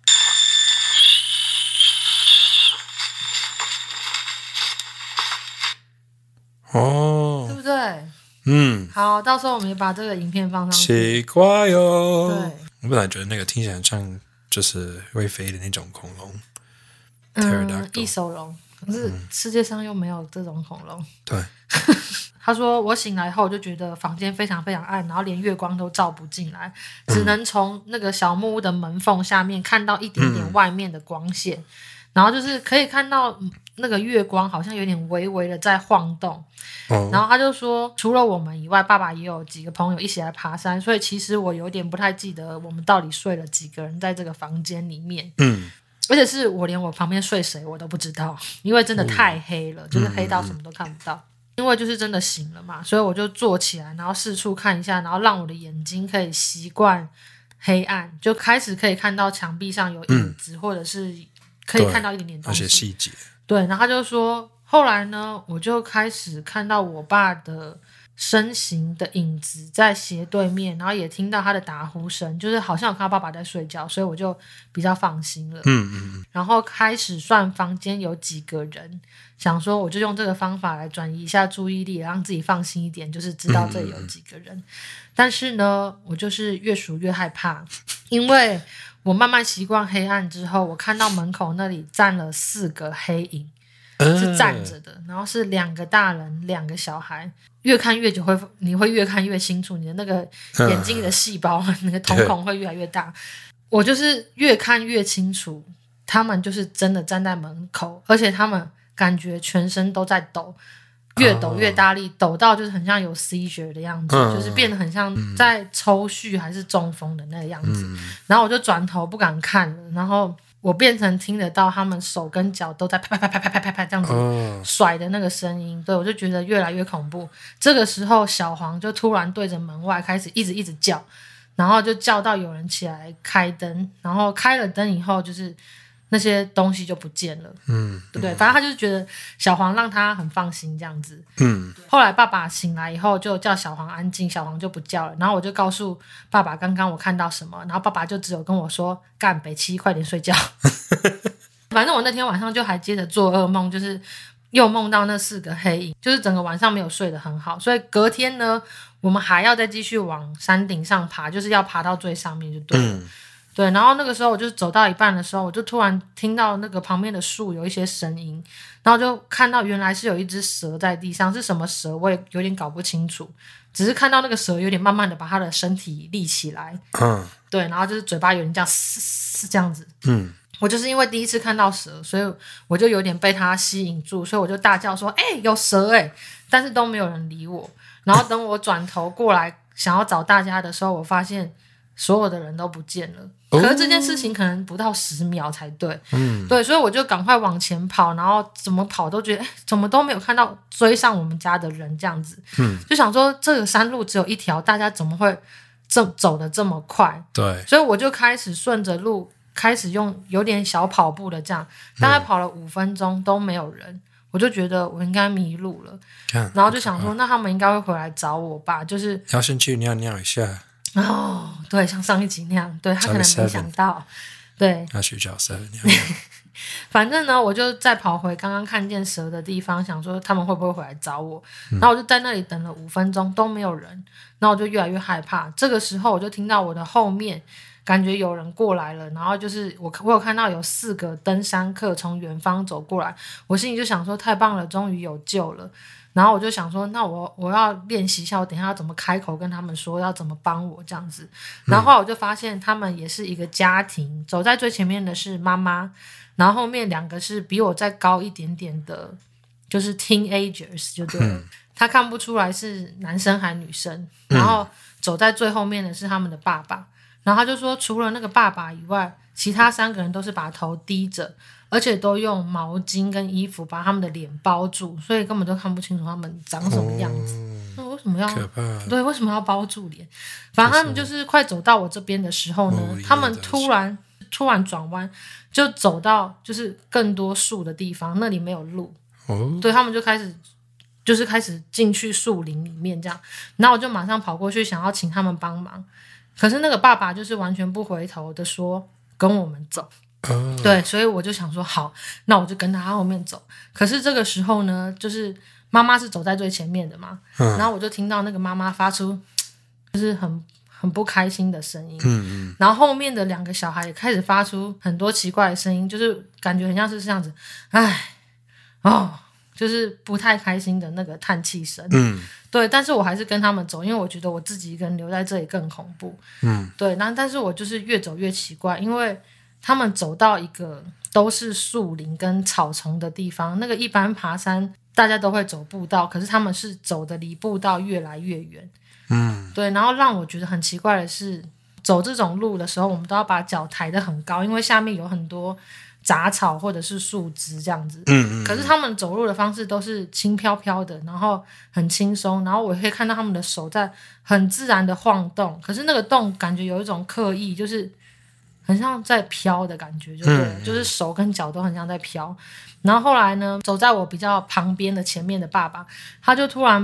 哦， 对不对？ 嗯， 好，到时候我们也把这个影片放上去。 奇怪哟。 对， 我本来觉得那个听起来像就是会飞的那种恐龙， 嗯，异手龙，可是世界上又没有这种恐龙。 对， 他说我醒来后就觉得房间非常非常暗，然后连月光都照不进来，只能从那个小木屋的门缝下面看到一点点外面的光线，嗯、然后就是可以看到那个月光好像有点微微的在晃动。 哦、 然后他就说除了我们以外，爸爸也有几个朋友一起来爬山，所以其实我有点不太记得我们到底睡了几个人在这个房间里面。 嗯， 而且是我连我旁边睡谁我都不知道，因为真的太黑了、嗯、就是黑到什么都看不到、嗯、因为就是真的醒了嘛，所以我就坐起来，然后四处看一下，然后让我的眼睛可以习惯黑暗，就开始可以看到墙壁上有影子、嗯、或者是可以看到一点点东西， 而且细节。 对，然后他就说后来呢我就开始看到我爸的身形的影子在斜对面，然后也听到他的打呼声，就是好像有看到爸爸在睡觉，所以我就比较放心了。 嗯嗯， 然后开始算房间有几个人，想说我就用这个方法来转移一下注意力，让自己放心一点，就是知道这里有几个人。嗯、但是呢，我就是越数越害怕，因为我慢慢习惯黑暗之后，我看到门口那里站了四个黑影。是站着的，然后是两个大人两个小孩，越看越久会你会越看越清楚，你的那个眼睛的细胞、嗯、那个瞳孔会越来越大。我就是越看越清楚，他们就是真的站在门口，而且他们感觉全身都在抖，越抖越大力，抖到就是很像有 seizure 的样子、嗯、就是变得很像在抽搐还是中风的那个样子、嗯、然后我就转头不敢看了，然后我变成听得到他们手跟脚都在啪啪啪啪啪啪啪这样子甩的那个声音、oh. 对，我就觉得越来越恐怖。这个时候小黄就突然对着门外开始一直一直叫，然后就叫到有人起来开灯，然后开了灯以后就是那些东西就不见了，嗯，对不对？反正他就是觉得小黄让他很放心这样子，嗯。后来爸爸醒来以后就叫小黄安静，小黄就不叫了，然后我就告诉爸爸刚刚我看到什么，然后爸爸就只有跟我说干北七快点睡觉。反正我那天晚上就还接着做噩梦，就是又梦到那四个黑影，就是整个晚上没有睡得很好，所以隔天呢我们还要再继续往山顶上爬，就是要爬到最上面就对了、嗯对，然后那个时候我就走到一半的时候，我就突然听到那个旁边的树有一些声音，然后就看到原来是有一只蛇在地上，是什么蛇我也有点搞不清楚，只是看到那个蛇有点慢慢的把它的身体立起来，嗯，对，然后就是嘴巴有点这样嘶嘶这样子，嗯，我就是因为第一次看到蛇，所以我就有点被它吸引住，所以我就大叫说哎、欸、有蛇哎、欸，但是都没有人理我，然后等我转头过来想要找大家的时候，我发现所有的人都不见了，可是这件事情可能不到十秒才对，嗯，对，所以我就赶快往前跑，然后怎么跑都觉得，哎，怎么都没有看到追上我们家的人这样子，嗯，就想说这个山路只有一条，大家怎么会这走得这么快？ 对， 所以我就开始顺着路，开始用有点小跑步的这样，大概跑了五分钟都没有人，我就觉得我应该迷路了，然后就想说，那他们应该会回来找我吧，就是要先去尿尿一下。 哦，对，像上一集那样，对，他可能没想到，对， 要去找 seven 反正呢，我就再跑回刚刚看见蛇的地方，想说他们会不会回来找我，然后我就在那里等了五分钟都没有人，然后我就越来越害怕。这个时候我就听到我的后面感觉有人过来了，然后就是我我有看到有四个登山客从远方走过来，我心里就想说太棒了，终于有救了。然后我就想说，那我我要练习一下，我等一下要怎么开口跟他们说，要怎么帮我这样子。然后后来我就发现他们也是一个家庭，走在最前面的是妈妈，然后后面两个是比我再高一点点的，就是 teenagers 就对了，他看不出来是男生还女生。然后走在最后面的是他们的爸爸，然后他就说除了那个爸爸以外，其他三个人都是把头低着，而且都用毛巾跟衣服把他们的脸包住，所以根本都看不清楚他们长什么样子。那、哦、为什么要可怕？ 对，为什么要包住脸？反正他们就是快走到我这边的时候呢，他们突然突然转弯，就走到就是更多树的地方，那里没有路。哦，对，他们就开始就是开始进去树林里面这样，然后我就马上跑过去想要请他们帮忙，可是那个爸爸就是完全不回头的说跟我们走。Oh. 对，所以我就想说好，那我就跟他后面走。可是这个时候呢，就是妈妈是走在最前面的嘛，嗯、然后我就听到那个妈妈发出就是很很不开心的声音，嗯嗯，然后后面的两个小孩也开始发出很多奇怪的声音，就是感觉很像是这样子，唉，哦，就是不太开心的那个叹气声，嗯，对，但是我还是跟他们走，因为我觉得我自己一个人留在这里更恐怖，嗯，对，那但是我就是越走越奇怪，因为他们走到一个都是树林跟草丛的地方，那个一般爬山大家都会走步道，可是他们是走的离步道越来越远，嗯，对，然后让我觉得很奇怪的是，走这种路的时候我们都要把脚抬得很高，因为下面有很多杂草或者是树枝这样子，嗯嗯，可是他们走路的方式都是轻飘飘的，然后很轻松，然后我可以看到他们的手在很自然的晃动，可是那个动感觉有一种刻意，就是很像在飘的感觉，就对了，嗯、就是手跟脚都很像在飘。然后后来呢，走在我比较旁边的前面的爸爸，他就突然把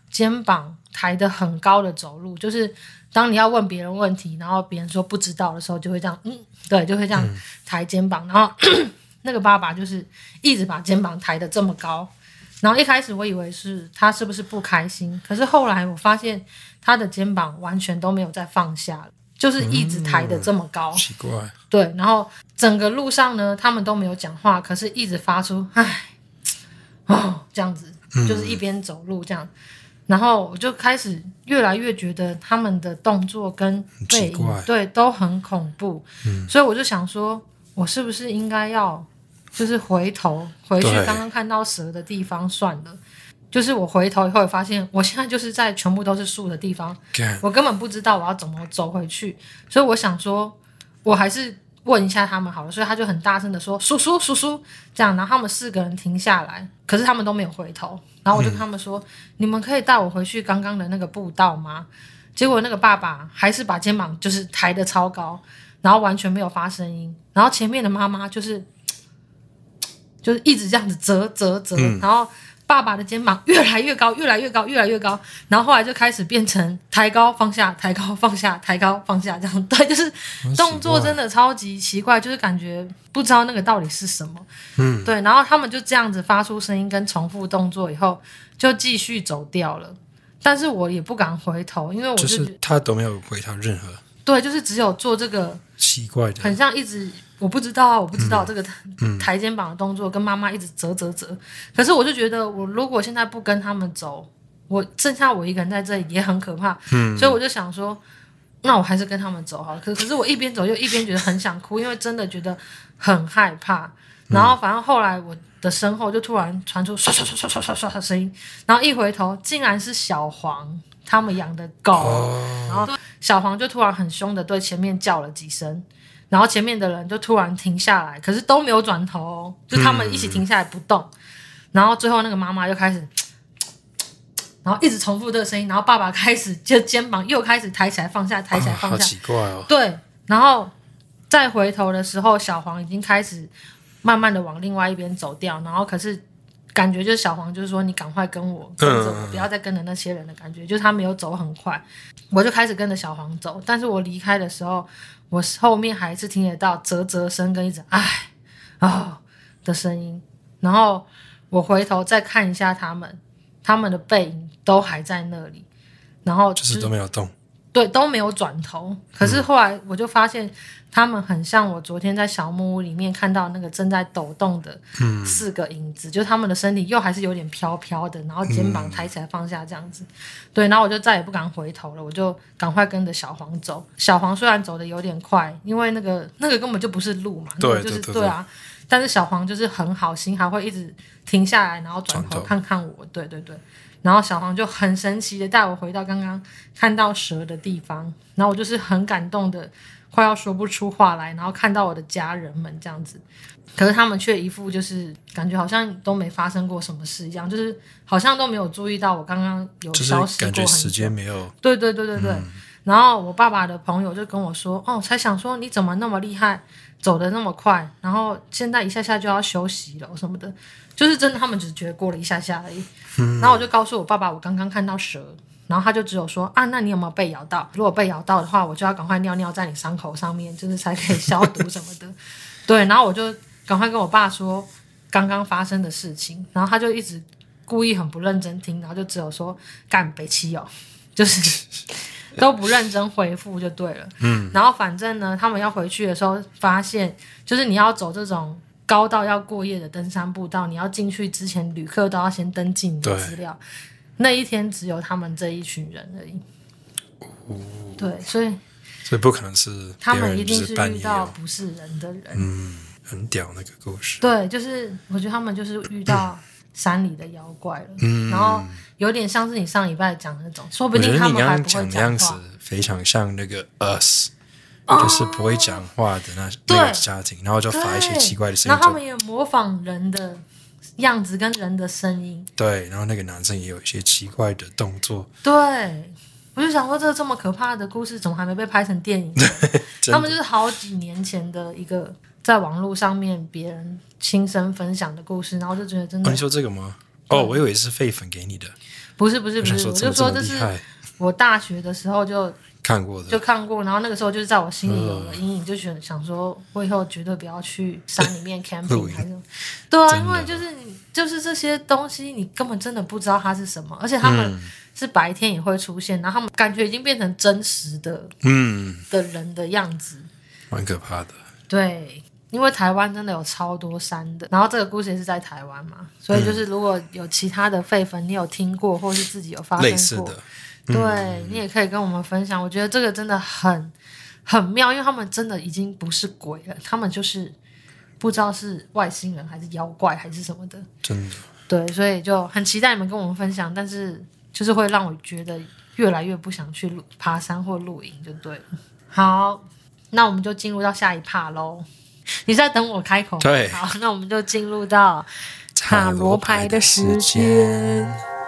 肩膀抬得很高的走路，就是当你要问别人问题，然后别人说不知道的时候，就会这样，嗯，对，就会这样抬肩膀，然后那个爸爸就是一直把肩膀抬得这么高。然后一开始我以为是他是不是不开心，可是后来我发现他的肩膀完全都没有再放下了，就是一直抬得这么高、 嗯、奇怪。 对，然后整个路上呢他们都没有讲话，可是一直发出唉哦这样子，就是一边走路这样、嗯、然后我就开始越来越觉得他们的动作跟背影对都很恐怖、嗯、所以我就想说我是不是应该要就是回头回去刚刚看到蛇的地方算了，就是我回头以后也发现我现在就是在全部都是树的地方，我根本不知道我要怎么走回去，所以我想说我还是问一下他们好了，所以他就很大声的说叔叔叔叔这样，然后他们四个人停下来，可是他们都没有回头，然后我就跟他们说、嗯、你们可以带我回去刚刚的那个步道吗？结果那个爸爸还是把肩膀就是抬得超高，然后完全没有发声音，然后前面的妈妈就是就是一直这样子折折折、嗯、然后爸爸的肩膀越来越高越来越高越来越高，然后后来就开始变成抬高放下抬高放下抬高放下这样，对，就是动作真的超级奇怪，就是感觉不知道那个到底是什么，嗯，对，然后他们就这样子发出声音跟重复动作以后就继续走掉了，但是我也不敢回头，因为我 就, 就是他都没有回他任何， 对，就是只有做这个奇怪的很像一直我不知道啊，我不知道、嗯、这个抬肩膀的动作跟妈妈一直折折折，可是我就觉得我如果现在不跟他们走，我剩下我一个人在这里也很可怕、嗯、所以我就想说那我还是跟他们走好了，可可是我一边走又一边觉得很想哭，因为真的觉得很害怕，然后反正后来我的身后就突然传出刷刷刷刷刷刷刷的声音，然后一回头竟然是小黄他们养的狗、哦、然后小黄就突然很凶的对前面叫了几声，然后前面的人就突然停下来，可是都没有转头、哦、就他们一起停下来不动、嗯、然后最后那个妈妈就开始然后一直重复这个声音，然后爸爸开始就肩膀又开始抬起来放下抬起来放下、 哦、好奇怪哦， 对，然后再回头的时候小黄已经开始慢慢的往另外一边走掉，然后可是感觉就是小黄就是说你赶快跟我跟着我、嗯、不要再跟着那些人的感觉，就是他没有走很快，我就开始跟着小黄走，但是我离开的时候我后面还是听得到啧啧声跟一直唉哦的声音，然后我回头再看一下他们他们的背影都还在那里，然后、就是、 就是都没有动， 对，都没有转头，可是后来我就发现他们很像我昨天在小木屋里面看到那个正在抖动的四个影子、嗯、就是他们的身体又还是有点飘飘的，然后肩膀抬起来放下这样子、嗯、对，然后我就再也不敢回头了，我就赶快跟着小黄走，小黄虽然走的有点快，因为那个那个根本就不是路嘛， 对、 那个、就是对, 对, 对, 对啊，但是小黄就是很好心，还会一直停下来然后转头看看我，对对对，然后小黄就很神奇的带我回到刚刚看到蛇的地方，然后我就是很感动的快要说不出话来，然后看到我的家人们这样子，可是他们却一副就是感觉好像都没发生过什么事一样，就是好像都没有注意到我刚刚有消失过很久，就是感觉时间没有， 对对对对对、嗯、然后我爸爸的朋友就跟我说哦，才想说你怎么那么厉害，走得那么快，然后现在一下下就要休息了什么的，就是真的他们只觉得过了一下下而已、嗯、然后我就告诉我爸爸我刚刚看到蛇，然后他就只有说啊，那你有没有被咬到？如果被咬到的话，我就要赶快尿尿在你伤口上面，就是才可以消毒什么的。对，然后我就赶快跟我爸说刚刚发生的事情，然后他就一直故意很不认真听，然后就只有说干北七哦，就是都不认真回复就对了。嗯，然后反正呢，他们要回去的时候发现，就是你要走这种高到要过夜的登山步道，你要进去之前，旅客都要先登记你的资料。那一天只有他们这一群人而已。哦、对，所以所以不可能是他们一定是遇到不是人的人。 嗯，很屌那个故事。 对，就是我觉得他们就是遇到山里的妖怪了。嗯，然后有点像是你上礼拜讲的那种，说不定他们还不会讲话。我觉得你刚刚讲的样子非常像那个 Us。就是不会讲话的 那,、哦、那个家庭，然后就发一些奇怪的声音， 然后他们也模仿人的样子跟人的声音， 对，然后那个男生也有一些奇怪的动作， 对，我就想说这这么可怕的故事怎么还没被拍成电影？他们就是好几年前的一个在网络上面别人亲身分享的故事，然后就觉得真的、 哦、你说这个吗？哦，我以为是废粉给你的。 不是不是不是， 我想说我就说这是我大学的时候就看过的， 就看过，然后那个时候就是在我心里有了阴影，就想想说，我以后绝对不要去山里面 camping 还是什么。对啊，因为就是你就是这些东西，你根本真的不知道它是什么，而且他们是白天也会出现，然后他们感觉已经变成真实的嗯的人的样子， 蛮可怕的。 对。因为台湾真的有超多山的，然后这个故事也是在台湾嘛，所以就是如果有其他的废粉你有听过，或是自己有发生过类似的，对、嗯、你也可以跟我们分享。我觉得这个真的很很妙，因为他们真的已经不是鬼了，他们就是不知道是外星人还是妖怪还是什么的， 真的。 对，所以就很期待你们跟我们分享，但是就是会让我觉得越来越不想去爬山或露营，就对了。好，那我们就进入到下一趴咯。你是在等我开口？ 对， 好，那我们就进入到塔罗牌的时间。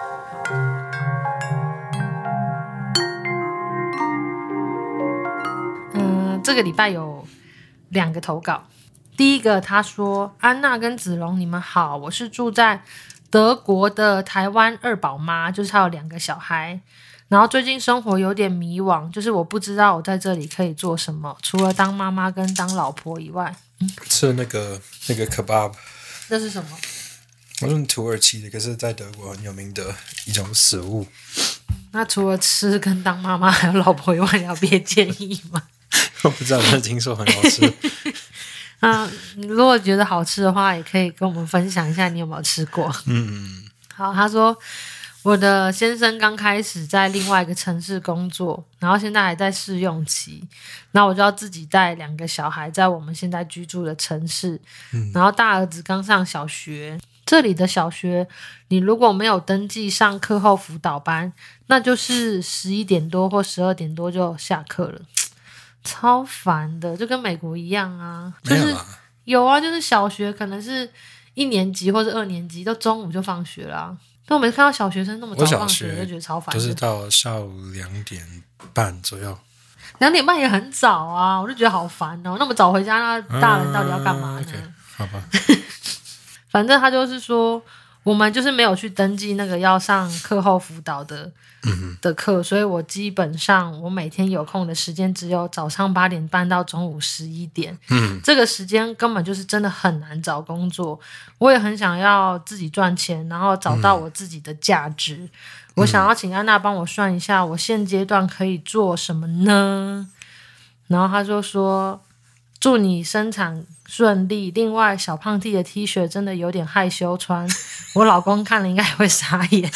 嗯，这个礼拜有两个投稿。第一个他说：安娜跟子龙，你们好，我是住在德国的台湾二宝妈，就是她有两个小孩。然后最近生活有点迷惘，就是我不知道我在这里可以做什么，除了当妈妈跟当老婆以外。嗯、 吃那个那个 kebab， 那是什么？ 我是土耳其的，可是在德国很有名的一种食物。 那除了吃跟当妈妈还有老婆以外，你有别建议吗？ 我不知道，但听说很好吃。 啊，如果觉得好吃的话，也可以跟我们分享一下你有没有吃过。 嗯， 好，他说我的先生刚开始在另外一个城市工作，然后现在还在试用期，然后我就要自己带两个小孩在我们现在居住的城市，嗯、然后大儿子刚上小学，这里的小学你如果没有登记上课后辅导班，那就是十一点多或十二点多就下课了，超烦的，就跟美国一样啊，就是有啊，就是小学可能是一年级或者二年级都中午就放学了、啊。但我没看到小学生那么早放学，就觉得超烦的。 都是到下午两点半左右。 两点半也很早啊，我就觉得好烦哦。那么早回家，那大人到底要干嘛呢？ 嗯 okay, 好吧。 反正他就是说，我们就是没有去登记那个要上课后辅导的、嗯、的课，所以我基本上我每天有空的时间只有早上八点半到中午十一点。嗯，这个时间根本就是真的很难找工作。我也很想要自己赚钱，然后找到我自己的价值。嗯、我想要请安娜帮我算一下，我现阶段可以做什么呢？然后他就说，祝你生产顺利。另外，小胖弟的 T 恤真的有点害羞穿，我老公看了应该也会傻眼。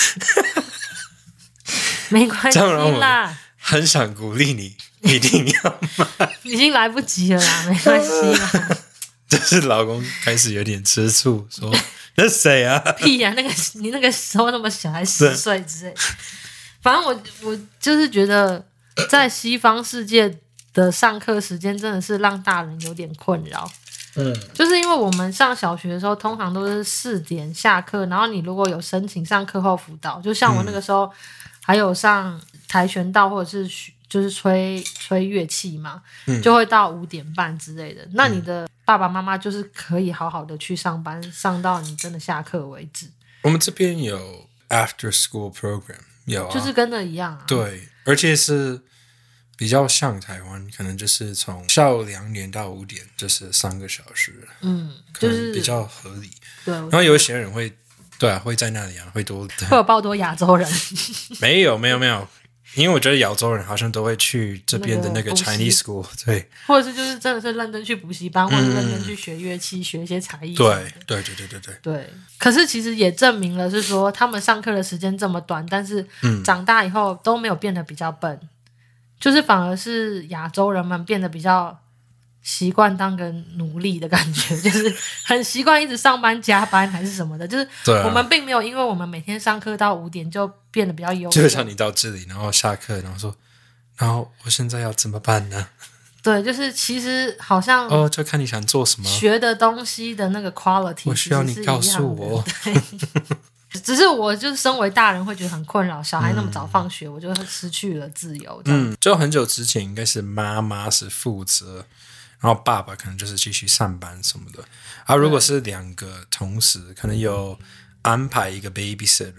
没关系啦， 很想鼓励你，一定要买。 已经来不及了啦，没关系啦。 就是老公开始有点吃醋，说那谁啊？ 屁呀、啊，那个你那个时候那么小，还十岁之类。反正我我就是觉得，在西方世界的上课时间真的是让大人有点困扰。嗯，就是因为我们上小学的时候，通常都是四点下课，然后你如果有申请上课后辅导，就像我那个时候还有上跆拳道或者是就是吹吹乐器嘛，嗯、就会到五点半之类的。那你的爸爸妈妈就是可以好好的去上班，上到你真的下课为止。 我们这边有 after school program， 有、啊， 就是跟那一样啊。 对，而且是比较像台湾，可能就是从下午两点到五点，就是三个小时，嗯，就是比较合理。 对， 然后有一些人会，对啊，会在那里啊，会多会有爆多亚洲人。 没有，没有，没有。因为我觉得亚洲人好像都会去这边的那个 Chinese school， 对， 或者是就是真的是认真去补习班，嗯、或者认真去学乐器、学一些才艺。 对，对，对，对，对，对。 对，可是其实也证明了是说，他们上课的时间这么短，但是长大以后都没有变得比较笨，嗯、就是反而是亚洲人们变得比较习惯当个奴隶的感觉，就是很习惯一直上班加班还是什么的，就是我们并没有因为我们每天上课到五点就变得比较优秀。 就像你到这里，然后下课，然后说，然后我现在要怎么办呢？ 对，就是其实好像哦，就看你想做什么， 学的东西的那个 quality， 我需要你告诉我。 对，只是我就是身为大人会觉得很困扰，小孩那么早放学，嗯、我就失去了自由。 嗯，就很久之前应该是妈妈是负责。然后爸爸可能就是继续上班什么的，啊，如果是两个同时，可能有安排一个 babysitter，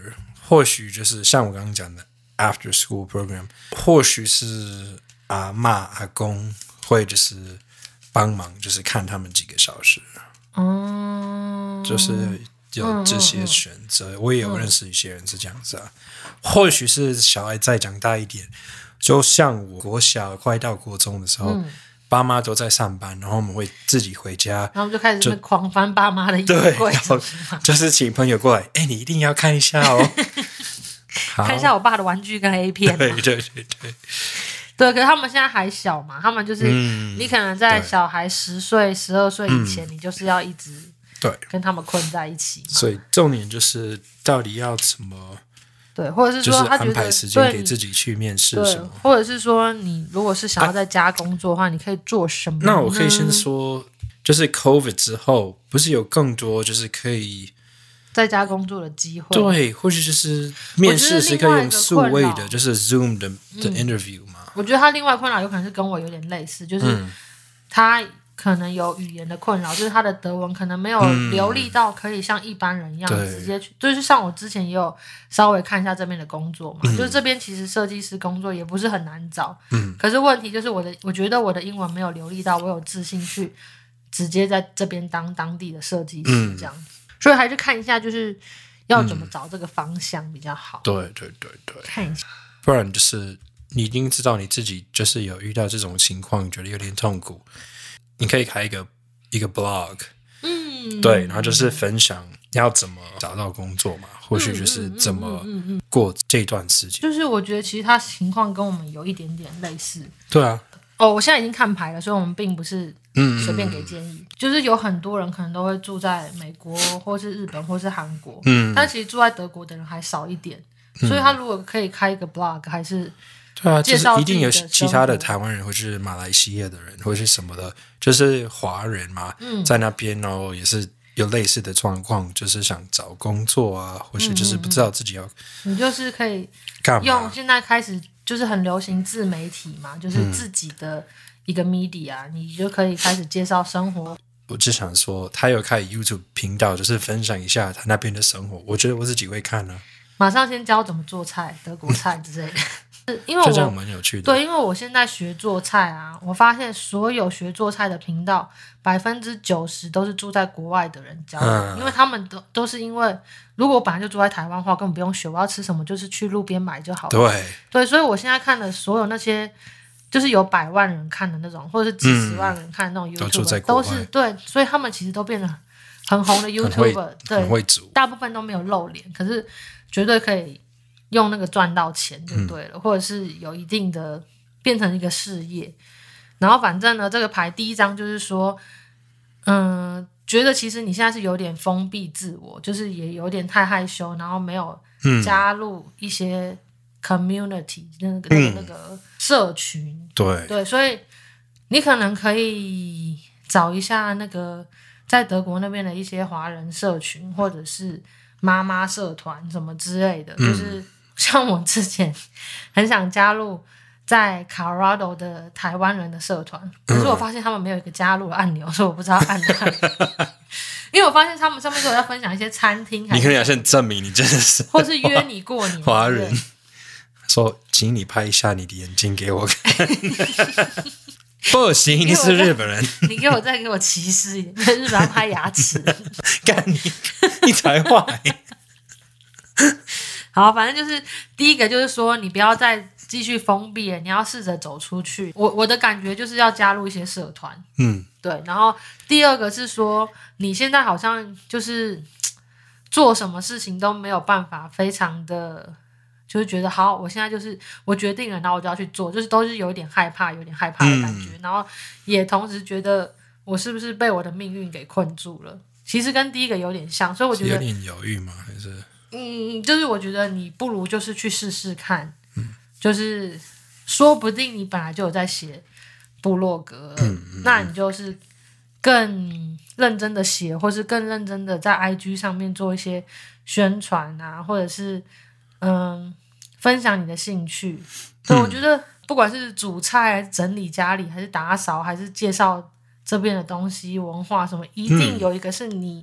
或许就是像我刚刚讲的 after school program， 或许是阿嬷阿公会就是帮忙，就是看他们几个小时。 哦， 就是有这些选择，嗯嗯嗯、我也有认识一些人是这样子啊。或许是小孩再长大一点，就像我国小快到国中的时候，嗯、爸妈都在上班，然后我们会自己回家， 然后就开始狂翻爸妈的衣柜， 然后就是请朋友过来，哎，你一定要看一下哦， 看一下我爸的玩具跟 A 片。 对对对对。 对，可是他们现在还小嘛，他们就是、嗯、你可能在小孩十岁、十二岁以前、嗯，你就是要一直对跟他们困在一起。 所以重点就是到底要怎么对，或者是说他觉得、 就是、安排时间给自己去面试什么， 或者是说你如果是想要在家工作的话，啊、你可以做什么呢？ 那我可以先说，就是 COVID 之后，不是有更多就是可以。 在家工作的机会， 对，或者就是面试是可以用数位的，就是 Zoom 的、嗯、的 interview 嘛。 我觉得他另外困扰有可能是跟我有点类似，就是他可能有语言的困扰，就是他的德文可能没有流利到可以像一般人一样直接去，嗯、就是像我之前也有稍微看一下这边的工作嘛，嗯、就是这边其实设计师工作也不是很难找，嗯，可是问题就是我的，我觉得我的英文没有流利到我有自信去直接在这边当当地的设计师这样子。嗯，所以还是看一下，就是要怎么找这个方向比较好。嗯、 对对对对， 看一下， 不然就是你已经知道你自己就是有遇到这种情况，觉得有点痛苦，你可以开一个一个 blog， 嗯，对，然后就是分享要怎么找到工作嘛，或许就是怎么过这段时间。 就是我觉得其实他情况跟我们有一点点类似。 对啊。 哦，我现在已经看牌了，所以我们并不是随便给建议。嗯、就是有很多人可能都会住在美国，或是日本，或是韩国，嗯，但其实住在德国的人还少一点。嗯、所以他如果可以开一个 blog， 还是对啊，就是一定有其他的台湾人，或是马来西亚的人，或是什么的，就是华人嘛，嗯、在那边然后也是有类似的状况，就是想找工作啊，或是就是不知道自己要， 你就是可以干嘛用现在开始。就是很流行自媒体嘛，就是自己的一个 media，嗯、你就可以开始介绍生活。 我只想说，他有开 YouTube 频道，就是分享一下他那边的生活。我觉得我自己会看呢、啊。 马上先教怎么做菜，德国菜之类的。因为我就这样蛮有趣的。 对，因为我现在学做菜啊，我发现所有学做菜的频道，百分之九十都是住在国外的人教的，嗯、因为他们都都是因为，如果我本来就住在台湾的话，根本不用学，我要吃什么就是去路边买就好了。 对对，所以我现在看的所有那些，就是有百万人看的那种，或者是几十万人看的那种 YouTuber，、嗯、都, 都是对，所以他们其实都变得很红的 YouTuber， 对， 很会煮， 大部分都没有露脸，可是绝对可以。用那个赚到钱就对了，嗯、或者是有一定的变成一个事业，然后反正呢，这个牌第一张就是说，嗯，觉得其实你现在是有点封闭自我，就是也有点太害羞，然后没有加入一些 community、嗯、那个那个社群， 对对，所以你可能可以找一下那个在德国那边的一些华人社群，或者是妈妈社团什么之类的，嗯、就是。像我之前很想加入在 Colorado 的台湾人的社团，可是我发现他们没有一个加入的按钮，所以我不知道按哪里。因为我发现他们上面都有在分享一些餐厅， 你可以先证明你真的是， 或是约你过年华人，说请你拍一下你的眼睛给我看。不行，你是日本人， 你给我再给我歧视一点，日本人拍牙齿， 干你，你才坏。 好，反正就是第一个就是说，你不要再继续封闭了，你要试着走出去。我我的感觉就是要加入一些社团，嗯，对。然后第二个是说，你现在好像就是做什么事情都没有办法，非常的就是觉得好，我现在就是我决定了，然后我就要去做，就是都是有一点害怕，有点害怕的感觉。嗯、然后也同时觉得我是不是被我的命运给困住了？其实跟第一个有点像，所以我觉得有点犹豫吗？还是？ 嗯，就是我觉得你不如就是去试试看，嗯、就是说不定你本来就有在写部落格，嗯嗯、那你就是更认真的写，或是更认真的在 I G 上面做一些宣传啊，或者是嗯分享你的兴趣。对，嗯、我觉得不管是煮菜、整理家里，还是打扫，还是介绍这边的东西、文化什么，一定有一个是你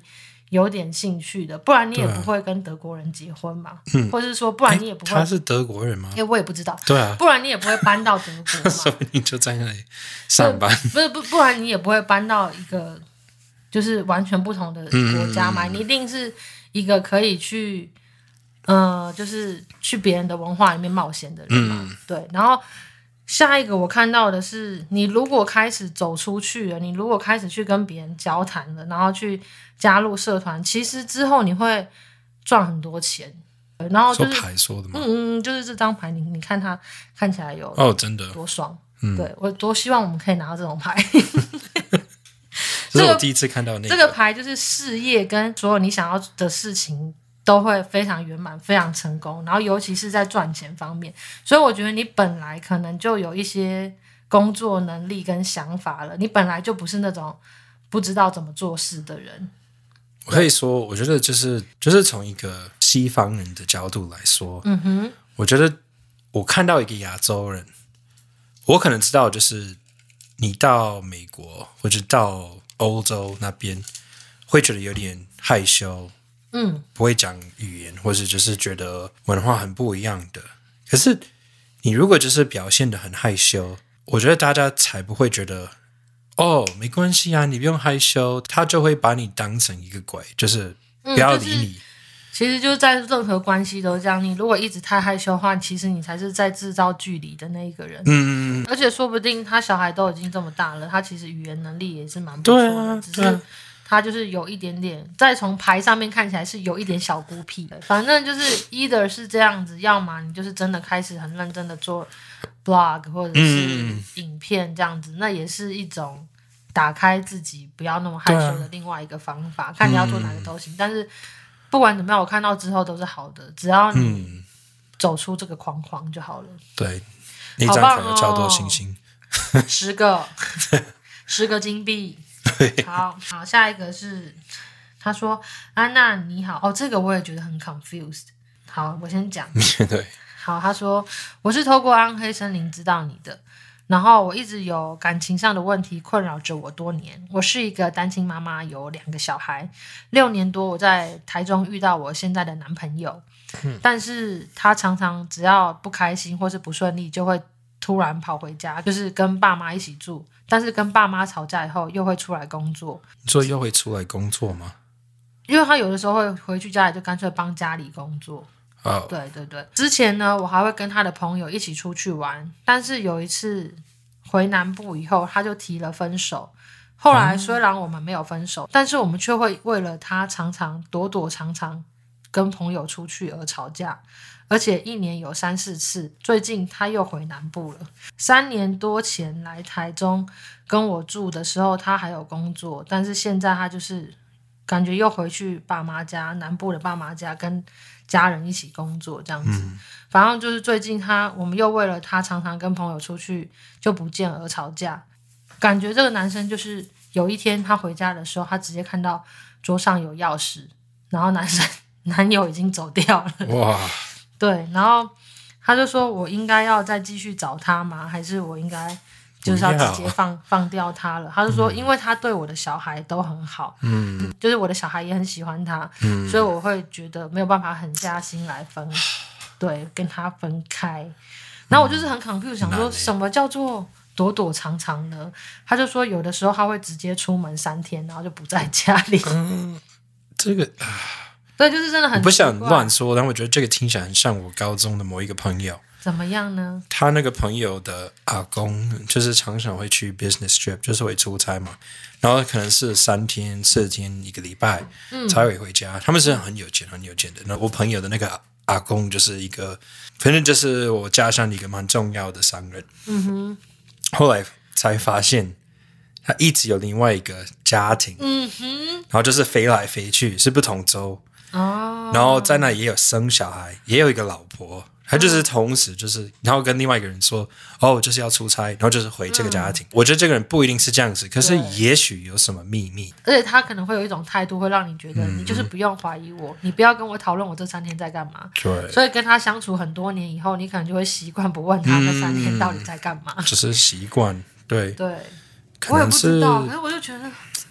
有点兴趣的，不然你也对啊不会跟德国人结婚嘛， 嗯或者是说不然你也不会， 他是德国人吗因？为我也不知道， 对啊， 不然你也不会搬到德国嘛， 说不定就在那里上班。 不是不不然你也不会搬到一个就是完全不同的国家嘛， 嗯你一定是一个可以去呃，就是去别人的文化里面冒险的人嘛， 嗯对，然后。下一个我看到的是，你如果开始走出去了，你如果开始去跟别人交谈了，然后去加入社团，其实之后你会赚很多钱。然后就是说牌说的吗？ 嗯嗯，就是这张牌你，你看它看起来有哦，真的， 多爽。 嗯， 对我多希望我们可以拿到这种牌。 这是我第一次看到那个。 这个牌就是事业跟所有你想要的事情都会非常圆满、非常成功，然后尤其是在赚钱方面，所以我觉得你本来可能就有一些工作能力跟想法了，你本来就不是那种不知道怎么做事的人。 我可以说，我觉得就是就是从一个西方人的角度来说， 嗯哼， 我觉得我看到一个亚洲人，我可能知道，就是你到美国或者到欧洲那边，会觉得有点害羞。 嗯， 不会讲语言，或者就是觉得文化很不一样的。可是你如果就是表现得很害羞，我觉得大家才不会觉得哦，没关系啊，你不用害羞，他就会把你当成一个鬼，就是不要理你。 嗯就是其实就是在任何关系都这样，你如果一直太害羞的话，其实你才是在制造距离的那一个人。 嗯， 而且说不定他小孩都已经这么大了，他其实语言能力也是蛮不错的， 对啊， 只是他就是有一点点，再从牌上面看起来是有一点小孤僻的。反正就是 either 是这样子，要么你就是真的开始很认真的做 blog 或者是影片这样子，嗯、那也是一种打开自己不要那么害羞的另外一个方法。啊、看你要做哪个都行，嗯、但是不管怎么样，我看到之后都是好的，只要你走出这个框框就好了。 对，那张卡有超多星星， 哦、十个，十个金币。好好，下一个是他说安娜你好哦，这个我也觉得很 confused。好，我先讲。 对， 好，他说我是透过暗黑森林知道你的，然后我一直有感情上的问题困扰着我多年。我是一个单亲妈妈，有两个小孩，六年多我在台中遇到我现在的男朋友，嗯、但是他常常只要不开心或是不顺利，就会突然跑回家，就是跟爸妈一起住。但是跟爸妈吵架以后，又会出来工作。 你说又会出来工作吗？ 因为他有的时候会回去家里，就干脆帮家里工作。 哦， 对对对。之前呢，我还会跟他的朋友一起出去玩，但是有一次回南部以后，他就提了分手。后来虽然我们没有分手，嗯、但是我们却会为了他常常躲躲藏藏跟朋友出去而吵架。而且一年有三四次，最近他又回南部了。三年多前来台中跟我住的时候，他还有工作，但是现在他就是感觉又回去爸妈家，南部的爸妈家跟家人一起工作这样子。嗯、反正就是最近他，我们又为了他常常跟朋友出去就不见而吵架。感觉这个男生就是有一天他回家的时候，他直接看到桌上有钥匙，然后男生男友已经走掉了。 哇！ 对，然后他就说我应该要再继续找他吗？还是我应该就是要直接放放掉他了？他就说，因为他对我的小孩都很好，嗯，就是我的小孩也很喜欢他，嗯，所以我会觉得没有办法狠下心来分，对，跟他分开。然后我就是很 confused，、嗯、想说什么叫做躲躲藏藏呢？他就说有的时候他会直接出门三天，然后就不在家里。 嗯，这个。 对，就是真的很奇怪。 我不想乱说，但我觉得这个听起来很像我高中的某一个朋友。 怎么样呢？ 他那个朋友的阿公就是常常会去 business trip， 就是会出差嘛，然后可能是三天、四天、一个礼拜才会回家。嗯、他们是很有钱、很有钱的。那我朋友的那个阿公就是一个，反正就是我家乡的一个蛮重要的商人。嗯哼。后来才发现，他一直有另外一个家庭。嗯哼。然后就是飞来飞去，是不同州。哦，然后在那也有生小孩，也有一个老婆，他就是同时就是，然后跟另外一个人说，哦，就是要出差，然后就是回这个家庭。嗯、我觉得这个人不一定是这样子，可是也许有什么秘密， 而且他可能会有一种态度，会让你觉得你就是不用怀疑我，嗯、你不要跟我讨论我这三天在干嘛。 对， 所以跟他相处很多年以后，你可能就会习惯不问他那三天到底在干嘛， 只、嗯、是习惯。对对， 可能是我也不知道，可是我就觉得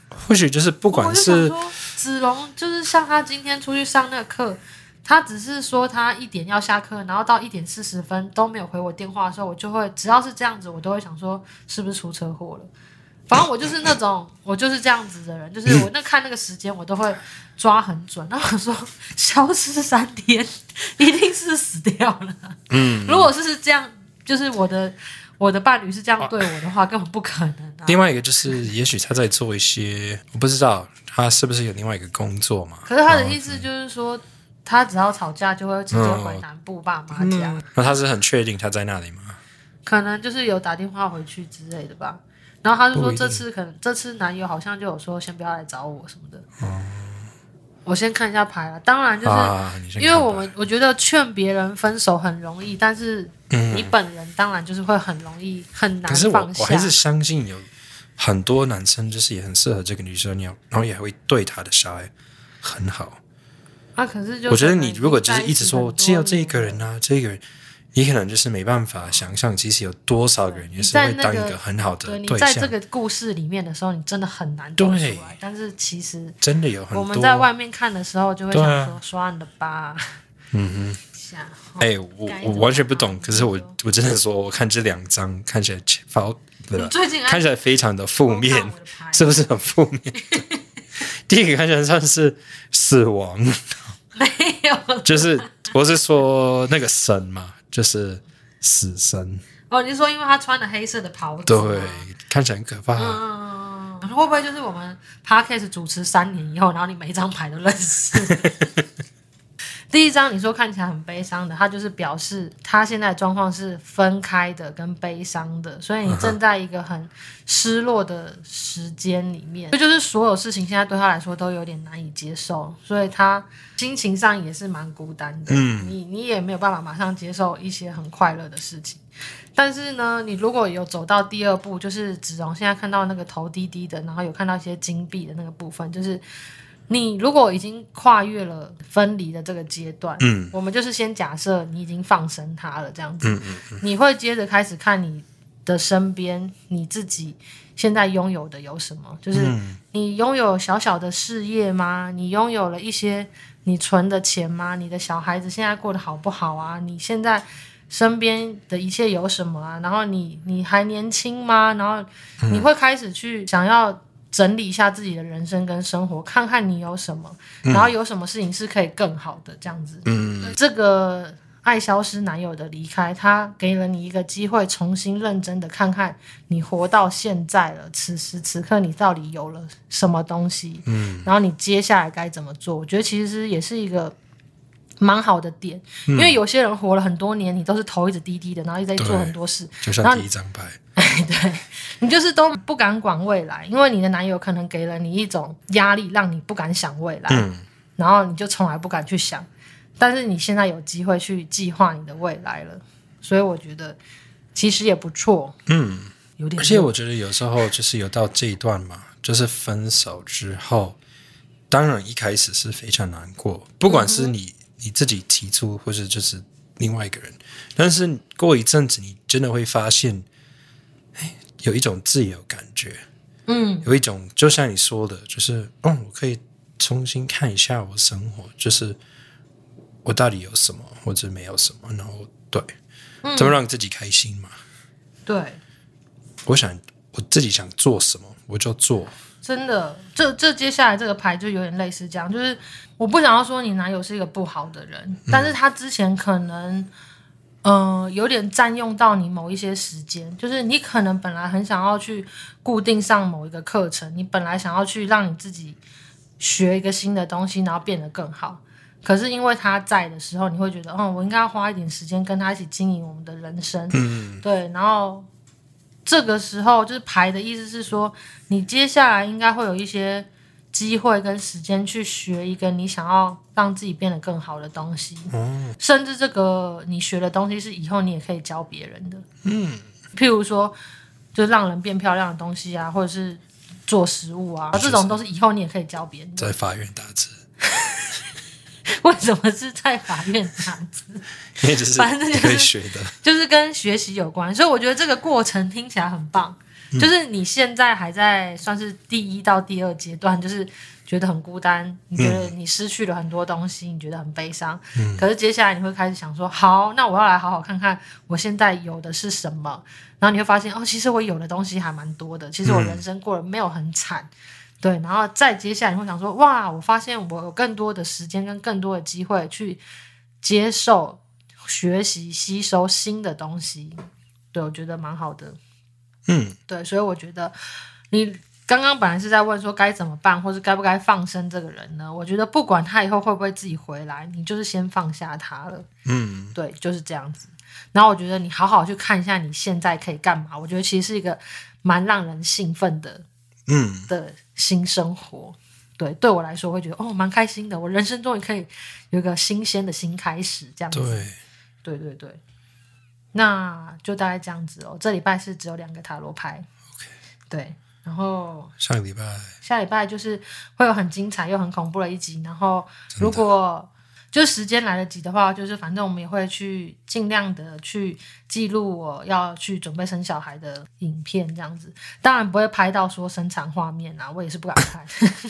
或许就是不管是子龙，就是像他今天出去上那个课，他只是说他一点要下课，然后到一点四十分都没有回我电话的时候，我就会只要是这样子，我都会想说是不是出车祸了。反正我就是那种我就是这样子的人，就是我那看那个时间我都会抓很准。然后我说消失三天，一定是死掉了。嗯，如果是这样，就是我的我的伴侣是这样对我的话，根本不可能啊。 另外一个就是，也许他在做一些，我不知道他是不是有另外一个工作嘛？ 可是他的意思就是说，他只要吵架就会直接回南部爸妈家。 嗯、那他是很确定他在那里吗？ 可能就是有打电话回去之类的吧。然后他就说这次可能这次男友好像就有说先不要来找我什么的。哦，我先看一下牌了。当然就是、啊、因为我们我觉得劝别人分手很容易，但是你本人当然就是会很容易很难放下。可是我, 我还是相信有很多男生就是也很适合这个女生，然后也会对她的小孩很好。 啊，可是就我觉得你如果就是一直说只有这一个人啊，这一个人。你可能就是没办法想象，其实有多少个人也是会当一个很好的对象。 你在这个故事里面的时候，你真的很难走出来。但是其实真的有很多。 我们在外面看的时候，就会想说刷你的疤。 嗯哼。哎、欸，我我完全不懂，可是我我真的说，我看这两张看起来发， 最近看起来非常的负面，是不是很负面？第一个看起来像是死亡， 没有， 就是我是说那个神嘛。就是死神哦，你是说因为他穿了黑色的袍子？ 对，看起来很可怕。 嗯，会不会就是我们 podcast 主持三年以后，然后你每一张牌都认识？第一张你说看起来很悲伤的，它就是表示他现在的状况是分开的跟悲伤的，所以你正在一个很失落的时间里面，这、uh-huh. 就是所有事情现在对他来说都有点难以接受，所以他心情上也是蛮孤单的。嗯，你你也没有办法马上接受一些很快乐的事情。但是呢，你如果有走到第二步，就是子荣现在看到那个头低低的，然后有看到一些金币的那个部分，就是你如果已经跨越了分离的这个阶段，嗯，我们就是先假设你已经放生他了，这样子，嗯嗯嗯，你会接着开始看你的身边，你自己现在拥有的有什么？就是你拥有小小的事业吗？你拥有了一些你存的钱吗？你的小孩子现在过得好不好啊？你现在身边的一切有什么啊？然后你你还年轻吗？然后你会开始去想要整理一下自己的人生跟生活，看看你有什么，然后有什么事情是可以更好的，这样子。嗯，这个爱消失男友的离开，他给了你一个机会，重新认真的看看你活到现在了，此时此刻你到底有了什么东西，嗯，然后你接下来该怎么做？我觉得其实也是一个蛮好的点，因为有些人活了很多年，你都是头一直低低的，然后一直在做很多事， 就像第一张牌， 对，你就是都不敢管未来，因为你的男友可能给了你一种压力，让你不敢想未来，嗯，然后你就从来不敢去想，但是你现在有机会去计划你的未来了，所以我觉得其实也不错， 嗯， 有点。 而且我觉得有时候就是有到这一段嘛，就是分手之后，当然一开始是非常难过，不管是你、嗯、你自己提出，或者就是另外一个人，但是过一阵子，你真的会发现，哎，有一种自由感觉，嗯，有一种就像你说的，就是哦，我可以重新看一下我生活，就是我到底有什么，或者没有什么，然后对，怎么让自己开心嘛？ 对， 我想我自己想做什么，我就做。 真的，这这接下来这个牌就有点类似这样，就是我不想要说你男友是一个不好的人，嗯、但是他之前可能，嗯、呃，有点占用到你某一些时间，就是你可能本来很想要去固定上某一个课程，你本来想要去让你自己学一个新的东西，然后变得更好，可是因为他在的时候，你会觉得，嗯，我应该要花一点时间跟他一起经营我们的人生，嗯，对，然后。这个时候就是牌的意思是说，你接下来应该会有一些机会跟时间去学一个你想要让自己变得更好的东西，嗯，甚至这个你学的东西是以后你也可以教别人的，嗯，譬如说就让人变漂亮的东西啊，或者是做食物啊，这种都是以后你也可以教别人的。 在法院打字。 为什么是在法院打字？ 因为就是可以学的， 就是跟学习有关，所以我觉得这个过程听起来很棒。 嗯、就是你现在还在算是第一到第二阶段，就是觉得很孤单，你觉得你失去了很多东西，你觉得很悲伤。嗯、可是接下来你会开始想说，好，那我要来好好看看我现在有的是什么。然后你会发现，哦，其实我有的东西还蛮多的，其实我人生过得没有很惨。嗯、对，然后再接下来你会想说，哇，我发现我有更多的时间跟更多的机会去接受、学习、吸收新的东西。对，我觉得蛮好的。 嗯， 对，所以我觉得你刚刚本来是在问说该怎么办，或是该不该放生这个人呢？我觉得不管他以后会不会自己回来，你就是先放下他了。 嗯， 对，就是这样子。然后我觉得你好好去看一下你现在可以干嘛，我觉得其实是一个蛮让人兴奋的， 嗯的新生活。对，对我来说我会觉得哦，蛮开心的，我人生终于可以有一个新鲜的新开始，这样子。 对， 对对对。那就大概这样子哦。这礼拜是只有两个塔罗牌 ，OK， 对，然后下个礼拜， 下礼拜就是会有很精彩又很恐怖的一集。然后如果就时间来得及的话，就是反正我们也会去尽量的去记录我要去准备生小孩的影片，这样子。当然不会拍到说生产画面啊，我也是不敢看。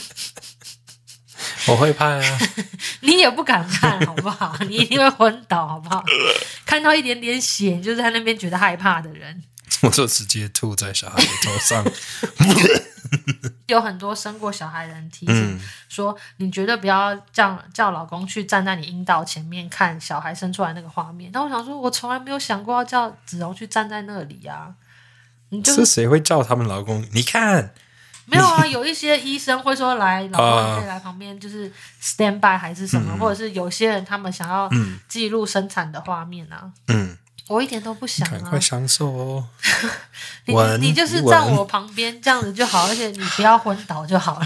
我会拍啊， 你也不敢看好不好？你一定会昏倒好不好？看到一点点血，你就是在那边觉得害怕的人， 我就直接吐在小孩的头上。 有很多生过小孩的人提醒说，嗯、你绝对不要叫叫老公去站在你阴道前面看小孩生出来那个画面。但我想说，我从来没有想过要叫子荣去站在那里啊。你就是谁会叫他们老公？你看。 没有啊，有一些医生会说来，老公你可以来旁边，就是 stand by 还是什么，嗯、或者是有些人他们想要记录生产的画面啊。嗯，我一点都不想啊， 赶快享受哦。 你你就是站我旁边这样子就好，而且你不要昏倒就好了。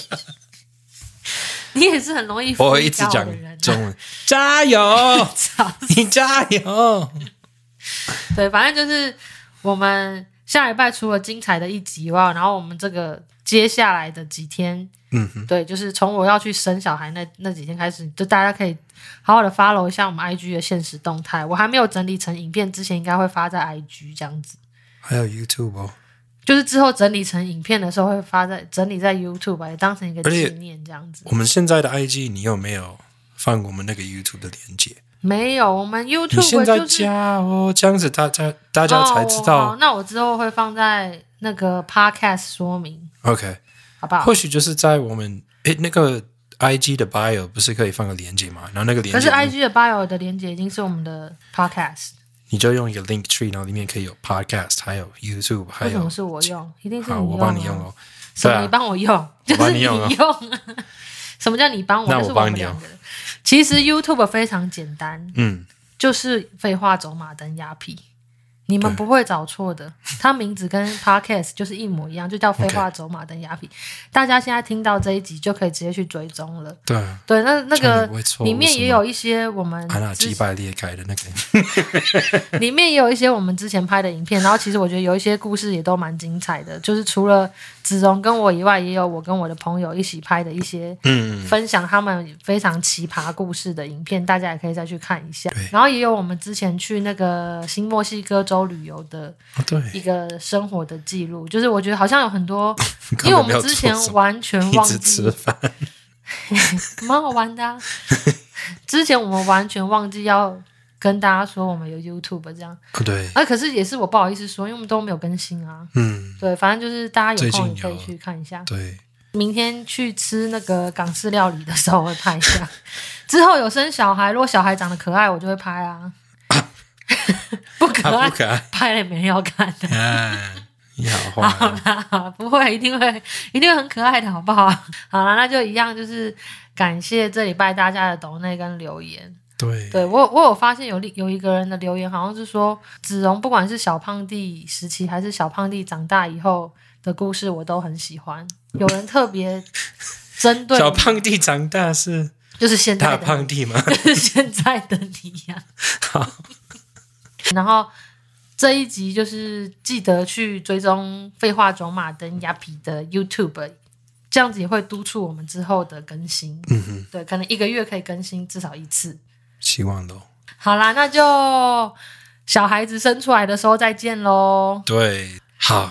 你也是很容易我一直讲中文，加油，你加油。 对，反正就是我们。下礼拜除了精彩的一集外，然后我们这个接下来的几天， 嗯哼， 对，就是从我要去生小孩那那几天开始，就大家可以好好的 follow 一下我们 I G 的限时动态。我还没有整理成影片，之前应该会发在 I G 这样子。 还有 YouTube 哦， 就是之后整理成影片的时候会发在整理在 YouTube， 也当成一个纪念这样子。 我们现在的 I G 你有没有放我们那个 YouTube 的连结？ 没有，我们 YouTube 你现在加哦，这样子大家大家才知道。 哦，那我之后会放在那个 Podcast 说明 ，OK， 好不好？ 或许就是在我们诶那个 I G 的 bio 不是可以放个连结吗？然后那个连结， 可是 I G 的 bio 的连结已经是我们的 Podcast， 你就用一个 Link Tree， 然后里面可以有 Podcast， 还有 YouTube， 还有。 为什么是我用？一定是你用、啊。 我帮你用哦。 什么？你帮我用？就是你用、啊。什么叫你帮我？ 那我帮你用。 其实 YouTube 非常简单， 嗯。 就是废话走马灯鸭皮，你们不会找错的。它名字跟 Podcast 就是一模一样，就叫废话走马灯鸭皮。Okay. 大家现在听到这一集就可以直接去追踪了。 对对，那那个里面也有一些我们安娜击败裂开的那个， 里面也有一些我们之前拍的影片。然后其实我觉得有一些故事也都蛮精彩的，就是除了子荣跟我以外，也有我跟我的朋友一起拍的一些嗯分享他们非常奇葩故事的影片，大家也可以再去看一下。然后也有我们之前去那个新墨西哥州旅游的一个生活的记录，就是我觉得好像有很多，因为我们之前完全忘记吃饭， 蛮好玩的、啊。之前我们完全忘记要跟大家说我们有 YouTube 这样， 对， 啊，可是也是我不好意思说，因为我们都没有更新啊。嗯，对，反正就是大家有空也可以去看一下。 对， 明天去吃那个港式料理的时候会拍一下。之后有生小孩，如果小孩长得可爱，我就会拍啊。不可爱，啊、不可爱拍了也没人要看的。 啊，你好坏、啊。 好啦，好啦，不会，一定会，一定会很可爱的，好不好？好啦，那就一样，就是感谢这礼拜大家的抖内跟留言。 对， 对我我有发现有有一个人的留言，好像是说子荣不管是小胖弟时期还是小胖弟长大以后的故事，我都很喜欢。有人特别针对小胖弟长大是就是现在的大胖弟吗？ 就是现在的你呀、啊。好，然后这一集就是记得去追踪废话走马灯鸭皮的 YouTube。这样子也会督促我们之后的更新。嗯哼，对，可能一个月可以更新至少一次。 希望咯。 好啦，那就小孩子生出来的时候再见咯。 对，好，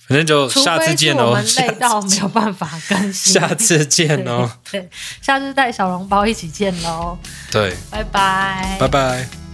反正就下次见哦。 除非是我们累到没有办法更新。 下次见哦。 对，对，下次带小笼包一起见喽。 对， 拜拜， 拜拜。